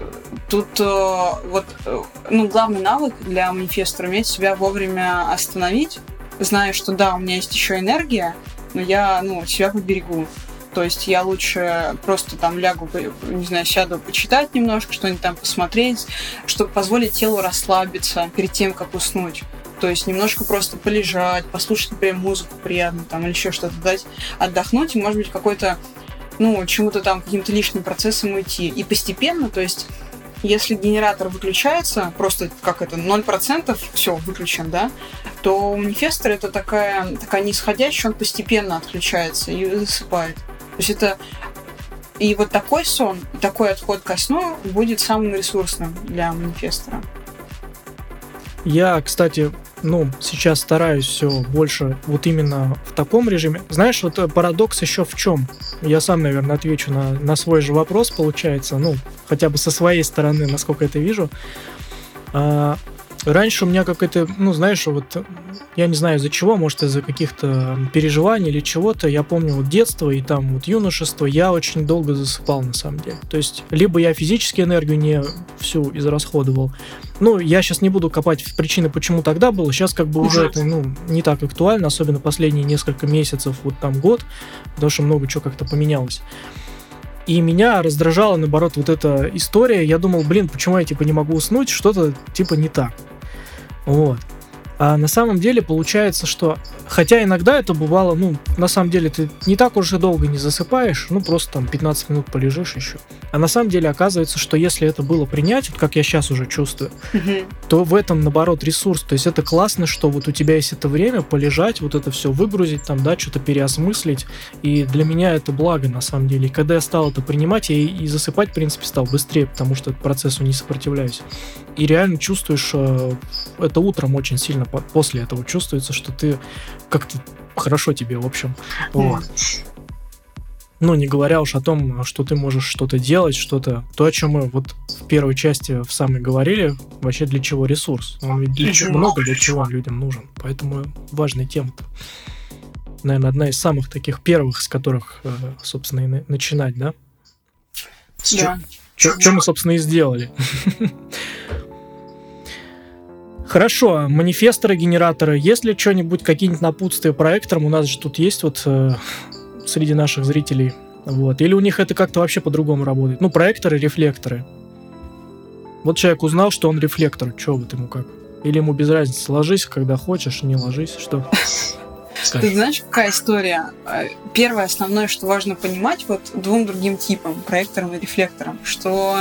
тут вот, ну, главный навык для манифестора — уметь себя вовремя остановить, зная, что да, у меня есть еще энергия, но я, ну, себя поберегу. То есть я лучше просто там лягу, не знаю, сяду почитать немножко, что-нибудь там посмотреть, чтобы позволить телу расслабиться перед тем, как уснуть. То есть немножко просто полежать, послушать, например, музыку приятную там, или еще что-то, дать отдохнуть, и, может быть, какой-то, ну, чему-то там, каким-то лишним процессом уйти. И постепенно, то есть если генератор выключается, просто как это, ноль процентов, все, выключен, да, то у манифестора это такая, такая нисходящая, он постепенно отключается и засыпает. То есть это И вот такой сон, такой отход ко сну будет самым ресурсным для манифестора. Я, кстати, ну, сейчас стараюсь все больше вот именно в таком режиме. Знаешь, вот парадокс еще в чем? Я сам, наверное, отвечу на, на свой же вопрос, получается, ну, хотя бы со своей стороны, насколько это вижу. А, раньше у меня какой-то, ну, знаешь, вот, я не знаю из-за чего, может, из-за каких-то переживаний или чего-то, я помню вот детство и там вот юношество, я очень долго засыпал, на самом деле. То есть, либо я физически энергию не всю израсходовал. Ну, я сейчас не буду копать в причины, почему тогда было. Сейчас как бы уже это, ну, не так актуально, особенно последние несколько месяцев, вот там год, потому что много чего как-то поменялось. И меня раздражала, наоборот, вот эта история. Я думал, блин, почему я, типа, не могу уснуть? Что-то, типа, не так. Вот. А на самом деле получается, что... Хотя иногда это бывало, ну, на самом деле ты не так уж и долго не засыпаешь, ну, просто там пятнадцать минут полежишь еще. А на самом деле оказывается, что если это было принять, вот как я сейчас уже чувствую, mm-hmm. то в этом, наоборот, ресурс. То есть это классно, что вот у тебя есть это время полежать, вот это все выгрузить, там, да, что-то переосмыслить. И для меня это благо, на самом деле. И когда я стал это принимать, я и засыпать, в принципе, стал быстрее, потому что процессу не сопротивляюсь. И реально чувствуешь, это утром очень сильно после этого чувствуется, что ты как-то хорошо тебе, в общем. Вот. Ну, не говоря уж о том, что ты можешь что-то делать, что-то... То, о чем мы вот в первой части в самой говорили, вообще для чего ресурс. Он ведь для чего, много для чего он людям нужен. Поэтому важная тема-то. Наверное, одна из самых таких первых, с которых, собственно, и начинать, да? Да. Что мы, собственно, и сделали. Хорошо, манифесторы, генераторы. Есть ли что-нибудь, какие-нибудь напутствия проекторам? У нас же тут есть вот э, среди наших зрителей. Вот. Или у них это как-то вообще по-другому работает? Ну, проекторы, рефлекторы. Вот человек узнал, что он рефлектор. Че вот ему как? Или ему без разницы? Ложись, когда хочешь, не ложись. Что? Ты знаешь, какая история? Первое, основное, что важно понимать вот двум другим типам, проекторам и рефлекторам, что...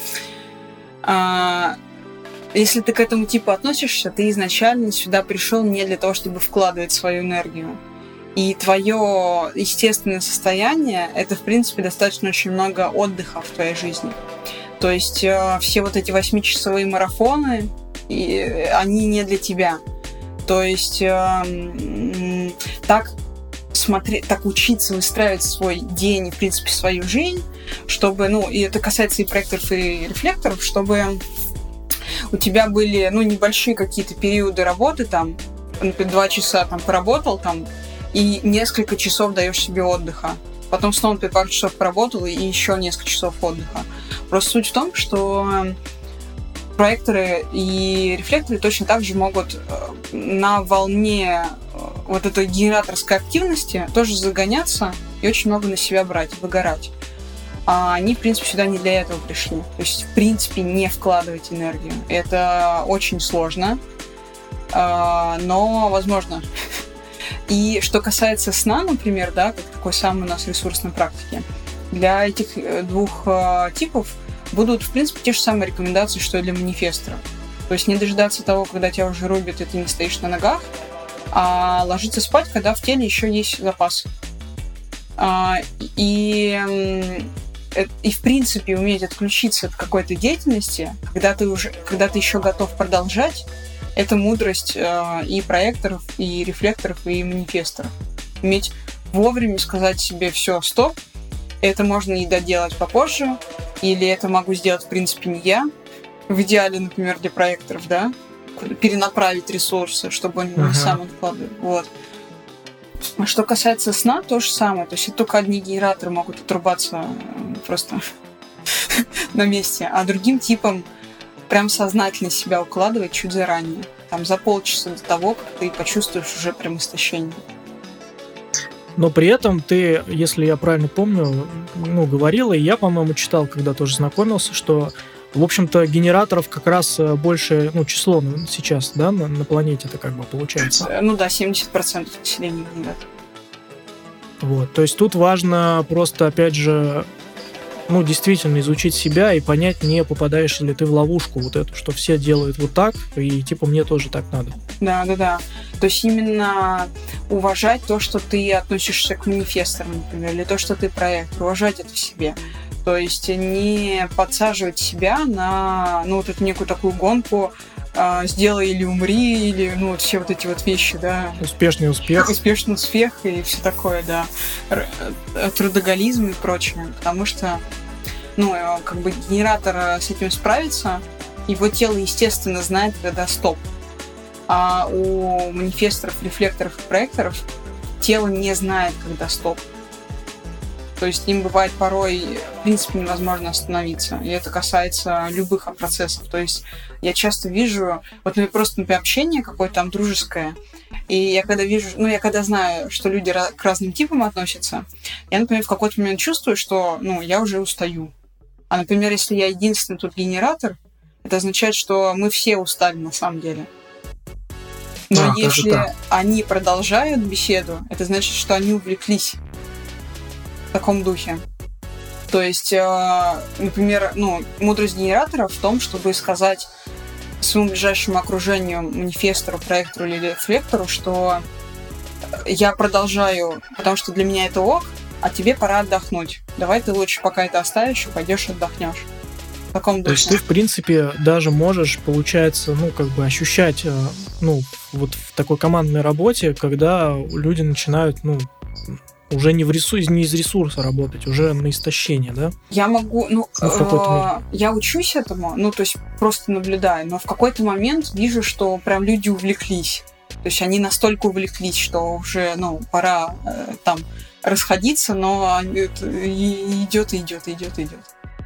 А, если ты к этому типу относишься, ты изначально сюда пришел не для того, чтобы вкладывать свою энергию. И твое естественное состояние — это, в принципе, достаточно очень много отдыха в твоей жизни. То есть э, все вот эти восьмичасовые марафоны, и, они не для тебя. То есть э, так, смотреть, так учиться выстраивать свой день и, в принципе, свою жизнь, чтобы, ну, и это касается и проекторов, и рефлекторов, чтобы у тебя были, ну, небольшие какие-то периоды работы, там, например, два часа там поработал, там, и несколько часов даешь себе отдыха. Потом снова ты пару часов поработал, и еще несколько часов отдыха. Просто суть в том, что проекторы и рефлекторы точно так же могут на волне вот этой генераторской активности тоже загоняться и очень много на себя брать, выгорать. А они, в принципе, сюда не для этого пришли. То есть, в принципе, не вкладывать энергию. Это очень сложно, но возможно. И что касается сна, например, да, как такой самый у нас ресурсной практики, для этих двух типов будут, в принципе, те же самые рекомендации, что и для манифесторов. То есть не дожидаться того, когда тебя уже рубят, и ты не стоишь на ногах, а ложиться спать, когда в теле еще есть запас. И... И, в принципе, уметь отключиться от какой-то деятельности, когда ты, уже, когда ты еще готов продолжать, это мудрость э, и проекторов, и рефлекторов, и манифесторов. Уметь вовремя сказать себе «все, стоп», это можно и доделать попозже, или это могу сделать, в принципе, не я. В идеале, например, для проекторов, да, перенаправить ресурсы, чтобы он uh-huh. не сам откладывал. Вот. А что касается сна, то же самое. То есть только одни генераторы могут отрубаться просто на месте, а другим типам прям сознательно себя укладывать чуть заранее. Там за полчаса до того, как ты почувствуешь уже прям истощение. Но при этом ты, если я правильно помню, ну, говорила, и я, по-моему, читал, когда тоже знакомился, что, в общем-то, генераторов как раз больше, ну, число сейчас, да, на, на планете это как бы получается. Ну да, семьдесят процентов населения генераторов. Вот, то есть тут важно просто, опять же, ну, действительно изучить себя и понять, не попадаешь ли ты в ловушку вот эту, что все делают вот так, и типа мне тоже так надо. Да, да, да. То есть именно уважать то, что ты относишься к манифесторам, например, или то, что ты проект, уважать это в себе. То есть не подсаживать себя на, ну, вот эту некую такую гонку, э, сделай или умри, или, ну, вот все вот эти вот вещи, да. Успешный успех. Успешный успех и все такое, да. Р- трудоголизм и прочее. Потому что, ну, как бы генератор с этим справится, его тело, естественно, знает, когда стоп. А у манифесторов, рефлекторов и проекторов тело не знает, когда стоп. То есть им бывает порой, в принципе, невозможно остановиться. И это касается любых процессов. То есть я часто вижу, вот ну, просто, например, общение какое-то там дружеское, и я когда вижу, ну, я когда знаю, что люди к разным типам относятся, я, например, в какой-то момент чувствую, что, ну, я уже устаю. А, например, если я единственный тут генератор, это означает, что мы все устали на самом деле. Но а, если они продолжают беседу, это значит, что они увлеклись в таком духе. То есть, э, например, ну, мудрость генератора в том, чтобы сказать своему ближайшему окружению, манифестору, проектору или рефлектору, что я продолжаю, потому что для меня это ок, а тебе пора отдохнуть. Давай ты лучше пока это оставишь и пойдешь отдохнешь. В таком духе. То есть ты, в принципе, даже можешь, получается, ну, как бы ощущать, ну, вот в такой командной работе, когда люди начинают, ну, уже не, в ресурс, не из ресурса работать, уже на истощение, да? Я могу, ну, ну в какой-то э, я учусь этому, ну, то есть просто наблюдаю, но в какой-то момент вижу, что прям люди увлеклись. То есть они настолько увлеклись, что уже, ну, пора э, там расходиться, но это идет, идет, идет, идет.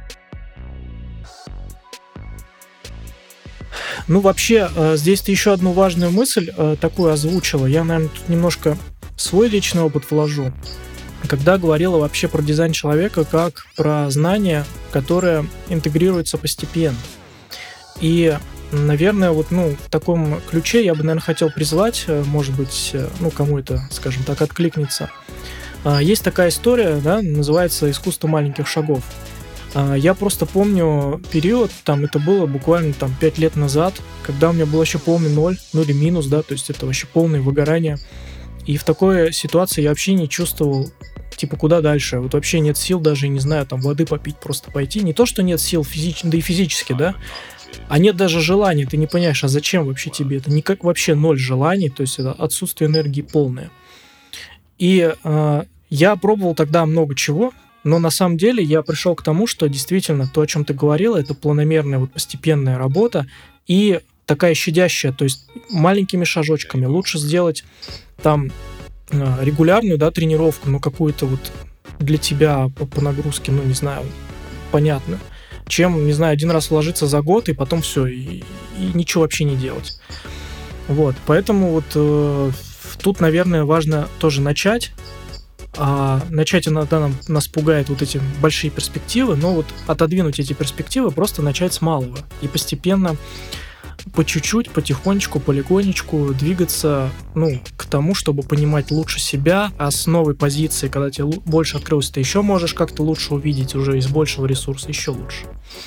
Ну, вообще, здесь ты еще одну важную мысль такую озвучила. Я, наверное, тут немножко свой личный опыт вложу. Когда говорила вообще про дизайн человека как про знание, которое интегрируется постепенно. И, наверное, вот, ну, в таком ключе я бы, наверное, хотел призвать, может быть, ну, кому это, скажем так, откликнется. Есть такая история, да, называется «Искусство маленьких шагов». Я просто помню период, там это было буквально там пять лет назад, когда у меня был еще полный ноль, ну или минус, да, то есть это вообще полное выгорание. И в такой ситуации я вообще не чувствовал, типа, куда дальше. Вот вообще нет сил даже, не знаю, там воды попить, просто пойти. Не то, что нет сил физически, да и физически, да, а нет даже желания, ты не понимаешь, а зачем вообще тебе это? Никак вообще ноль желаний, то есть это отсутствие энергии полное. И э, я пробовал тогда много чего, но на самом деле я пришел к тому, что действительно то, о чем ты говорила, это планомерная, вот постепенная работа и такая щадящая, то есть маленькими шажочками. Лучше сделать там регулярную, да, тренировку, но какую-то вот для тебя по, по нагрузке, ну, не знаю, понятную, чем, не знаю, один раз вложиться за год и потом все, и, и ничего вообще не делать. Вот, поэтому вот э, тут, наверное, важно тоже начать. А начать иногда нам, нас пугает вот эти большие перспективы, но вот отодвинуть эти перспективы, просто начать с малого и постепенно, по чуть-чуть, потихонечку, полигонечку двигаться, ну, к тому, чтобы понимать лучше себя, а с новой позиции, когда тебе больше открылось, ты еще можешь как-то лучше увидеть уже из большего ресурса, еще лучше.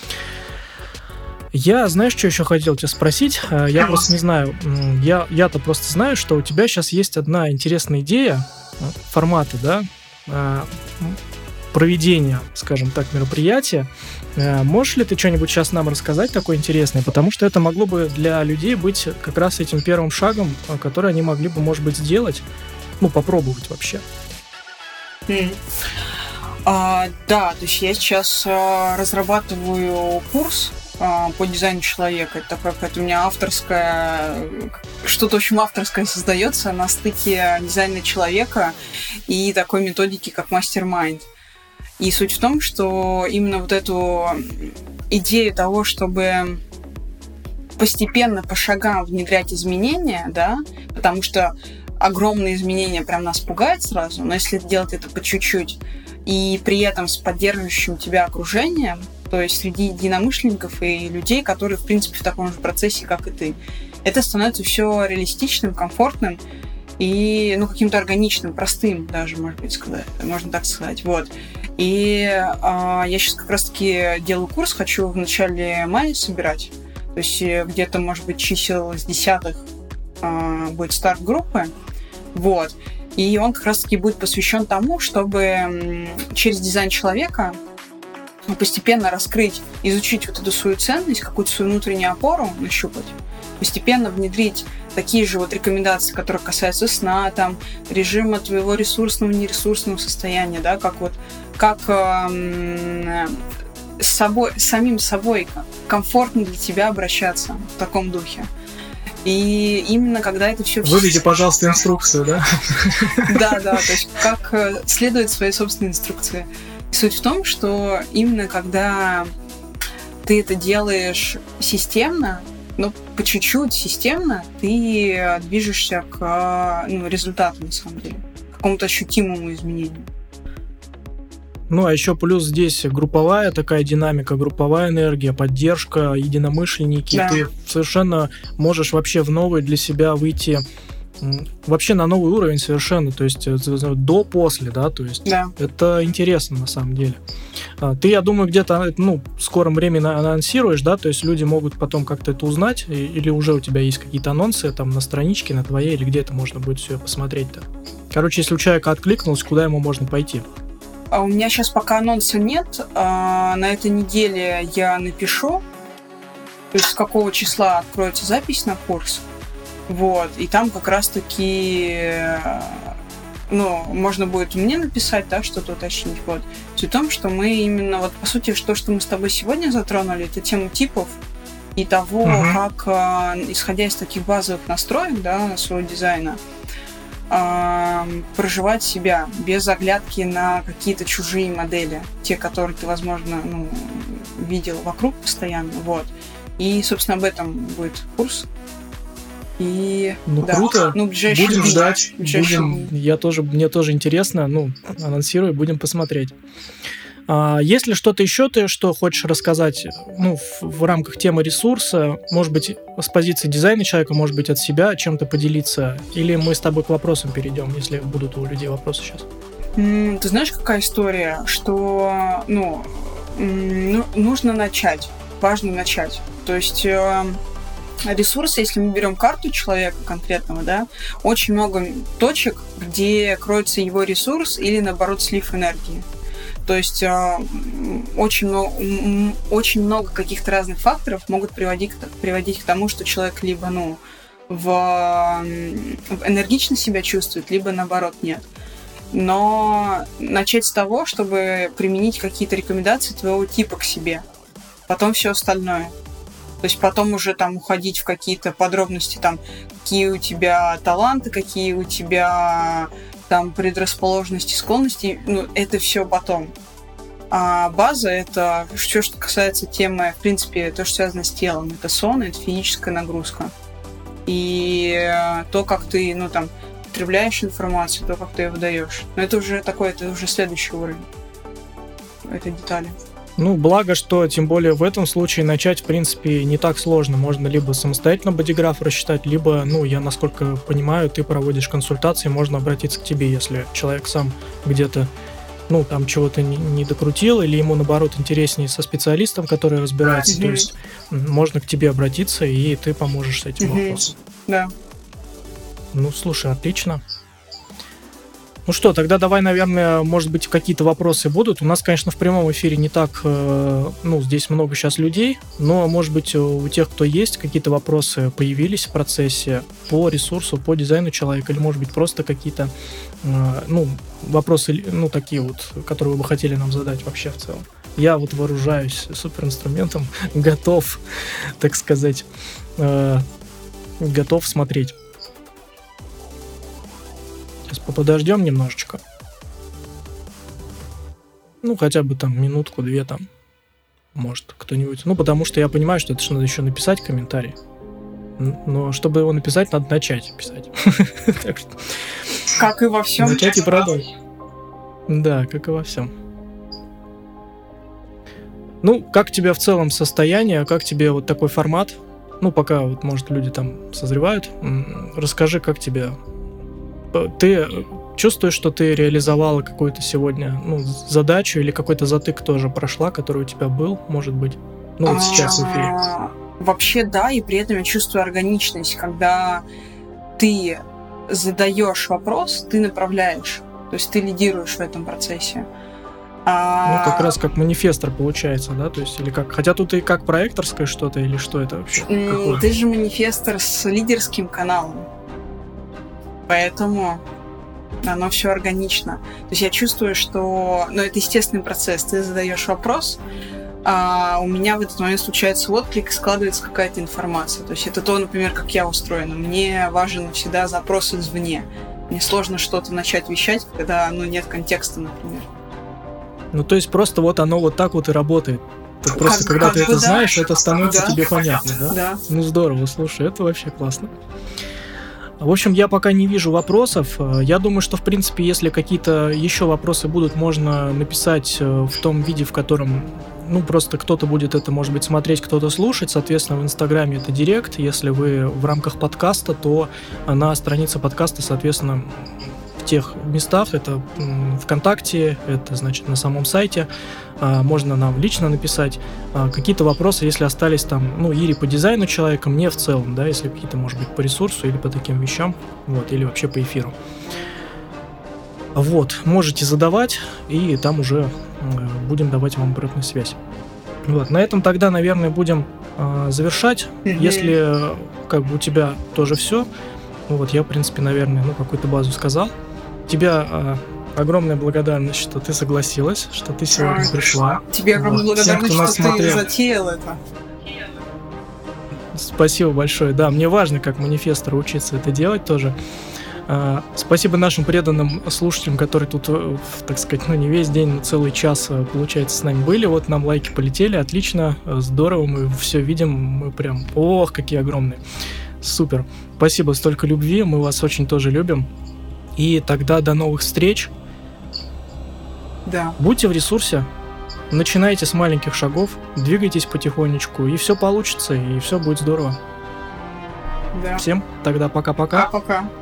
Я, знаешь, что еще хотел тебя спросить? Я просто не знаю, я, я-то просто знаю, что у тебя сейчас есть одна интересная идея, форматы, да, проведения, скажем так, мероприятия. Можешь ли ты что-нибудь сейчас нам рассказать такое интересное? Потому что это могло бы для людей быть как раз этим первым шагом, который они могли бы, может быть, сделать, ну, попробовать вообще. Mm. А, да, то есть я сейчас а, разрабатываю курс по дизайну человека. Это такое какое-то у меня авторское, что-то, в общем, авторское создается на стыке дизайна человека и такой методики, как мастер-майнд. И суть в том, что именно вот эту идею того, чтобы постепенно, по шагам внедрять изменения, да, потому что огромные изменения прям нас пугают сразу, но если делать это по чуть-чуть и при этом с поддерживающим тебя окружением, то есть среди единомышленников и людей, которые, в принципе, в таком же процессе, как и ты, это становится все реалистичным, комфортным и, ну, каким-то органичным, простым даже, может быть, сказать, можно так сказать. Вот. И а, я сейчас как раз-таки делаю курс, хочу в начале мая собирать. То есть где-то, может быть, чисел с десятых а, будет старт группы. Вот. И он как раз-таки будет посвящен тому, чтобы через дизайн человека постепенно раскрыть, изучить вот эту свою ценность, какую-то свою внутреннюю опору нащупать, постепенно внедрить такие же вот рекомендации, которые касаются сна, там, режима твоего ресурсного, нересурсного состояния, да, как вот, как э, с собой, с самим собой комфортно для тебя обращаться в таком духе. И именно когда это все... Выведи, пожалуйста, инструкцию, да? Да, да, то есть как следует своей собственной инструкции. Суть в том, что именно когда ты это делаешь системно, ну, по чуть-чуть системно, ты движешься к, ну, результату, на самом деле, к какому-то ощутимому изменению. Ну, а еще плюс здесь групповая такая динамика, групповая энергия, поддержка, единомышленники. Да. Ты совершенно можешь вообще в новый для себя выйти, вообще на новый уровень совершенно, то есть до-после, да, то есть да. Это интересно на самом деле. Ты, я думаю, где-то, ну, в скором времени анонсируешь, да, то есть люди могут потом как-то это узнать, или уже у тебя есть какие-то анонсы там на страничке, на твоей, или где это можно будет все посмотреть-то. Короче, если у человека откликнулось, куда ему можно пойти? А у меня сейчас пока анонса нет. А на этой неделе я напишу, то есть с какого числа откроется запись на курс. Вот. И там как раз-таки, ну, можно будет мне написать, да, что-то уточнить. Вот. Суть в том, что мы именно, вот по сути, то, что мы с тобой сегодня затронули, это тему типов и того, uh-huh. как, исходя из таких базовых настроек, да, своего дизайна, проживать себя без оглядки на какие-то чужие модели, те, которые ты, возможно, ну, видел вокруг постоянно, вот. И, собственно, об этом будет курс. И ну да, круто, ну, будем ждать, будем, я тоже, мне тоже интересно, ну, анонсирую, будем посмотреть. А есть ли что-то еще ты, что хочешь рассказать, ну, в, в рамках темы ресурса, может быть, с позиции дизайна человека, может быть, от себя чем-то поделиться, или мы с тобой к вопросам перейдем, если будут у людей вопросы сейчас? Mm, ты знаешь, какая история, что, ну, ну, нужно начать, важно начать, то есть э, ресурсы, если мы берем карту человека конкретного, да, очень много точек, где кроется его ресурс или, наоборот, слив энергии. То есть э, очень, много, очень много каких-то разных факторов могут приводить, приводить к тому, что человек либо ну, в, в энергично себя чувствует, либо наоборот нет. Но начать с того, чтобы применить какие-то рекомендации твоего типа к себе, потом все остальное. То есть потом уже там уходить в какие-то подробности, там, какие у тебя таланты, какие у тебя... там предрасположенности, склонности, ну, это все потом. А база — это все, что касается темы, в принципе, то, что связано с телом. Это сон, это физическая нагрузка. И то, как ты, ну, там, потребляешь информацию, то, как ты ее выдаешь. Но это уже такой, это уже следующий уровень. Это детали. Ну, благо, что тем более в этом случае начать, в принципе, не так сложно. Можно либо самостоятельно бодиграф рассчитать, либо, ну, я, насколько понимаю, ты проводишь консультации, можно обратиться к тебе, если человек сам где-то, ну, там чего-то не, не докрутил, или ему, наоборот, интереснее со специалистом, который разбирается. Mm-hmm. То есть можно к тебе обратиться, и ты поможешь с этим mm-hmm. вопросом. Да. Ну, слушай, отлично. Ну что, тогда давай, наверное, может быть, какие-то вопросы будут. У нас, конечно, в прямом эфире не так, ну, здесь много сейчас людей, но, может быть, у тех, кто есть, какие-то вопросы появились в процессе по ресурсу, по дизайну человека, или, может быть, просто какие-то, ну, вопросы, ну, такие вот, которые вы бы хотели нам задать вообще в целом. Я вот вооружаюсь суперинструментом, готов, так сказать, готов смотреть. Подождем немножечко. Ну, хотя бы там минутку-две там. Может, кто-нибудь. Ну, потому что я понимаю, что это же надо еще написать комментарий. Но чтобы его написать, надо начать писать. Как и во всем. Начать и продолжить. Да, как и во всем. Ну, как тебе в целом состояние? Как тебе вот такой формат? Ну, пока, вот, может, люди там созревают. Расскажи, как тебе... Ты чувствуешь, что ты реализовала какую-то сегодня ну, задачу или какой-то затык тоже прошла, который у тебя был, может быть? Ну, вот сейчас в эфире. Вообще, да, и при этом я чувствую органичность, когда ты задаешь вопрос, ты направляешь, то есть ты лидируешь в этом процессе. Ну, как раз как манифестор получается, да? То есть, или как. Хотя тут и как проекторское что-то, или что это вообще? Какое? Ты же манифестор с лидерским каналом. Поэтому оно все органично. То есть я чувствую, что ну, это естественный процесс. Ты задаешь вопрос, а у меня в этот момент случается отклик, складывается какая-то информация. То есть это то, например, как я устроена. Мне важен всегда запрос извне. Мне сложно что-то начать вещать, когда ну, нет контекста, например. Ну, то есть просто вот оно вот так вот и работает. Ты просто как, когда как ты бы, это да. знаешь, это становится да. тебе понятно, да? Да. Ну, здорово, слушай, это вообще классно. В общем, я пока не вижу вопросов. Я думаю, что, в принципе, если какие-то еще вопросы будут, можно написать в том виде, в котором, ну, просто кто-то будет это, может быть, смотреть, кто-то слушать. Соответственно, в Инстаграме это директ. Если вы в рамках подкаста, то на странице подкаста, соответственно, в тех местах, это ВКонтакте, это, значит, на самом сайте, можно нам лично написать какие-то вопросы, если остались там, ну, или по дизайну человека, мне в целом, да, если какие-то, может быть, по ресурсу или по таким вещам, вот, или вообще по эфиру. Вот, можете задавать, и там уже будем давать вам обратную связь. Вот, на этом тогда, наверное, будем завершать. Mm-hmm. Если как бы у тебя тоже все, ну вот я, в принципе, наверное, ну, какую-то базу сказал. Тебя а, огромная благодарность, что ты согласилась, что ты сегодня пришла. Тебе огромная вот. благодарность, Всем, что смотрел. Ты затеял это. Спасибо большое. Да, мне важно, как манифестору, учиться это делать тоже. А, спасибо нашим преданным слушателям, которые тут, так сказать, ну не весь день, но целый час, получается, с нами были. Вот нам лайки полетели, отлично, здорово, мы все видим, мы прям, ох, какие огромные. Супер. Спасибо, столько любви, мы вас очень тоже любим. И тогда до новых встреч. Да. Будьте в ресурсе, начинайте с маленьких шагов, двигайтесь потихонечку, и все получится, и все будет здорово. Да. Всем тогда пока-пока. Пока-пока.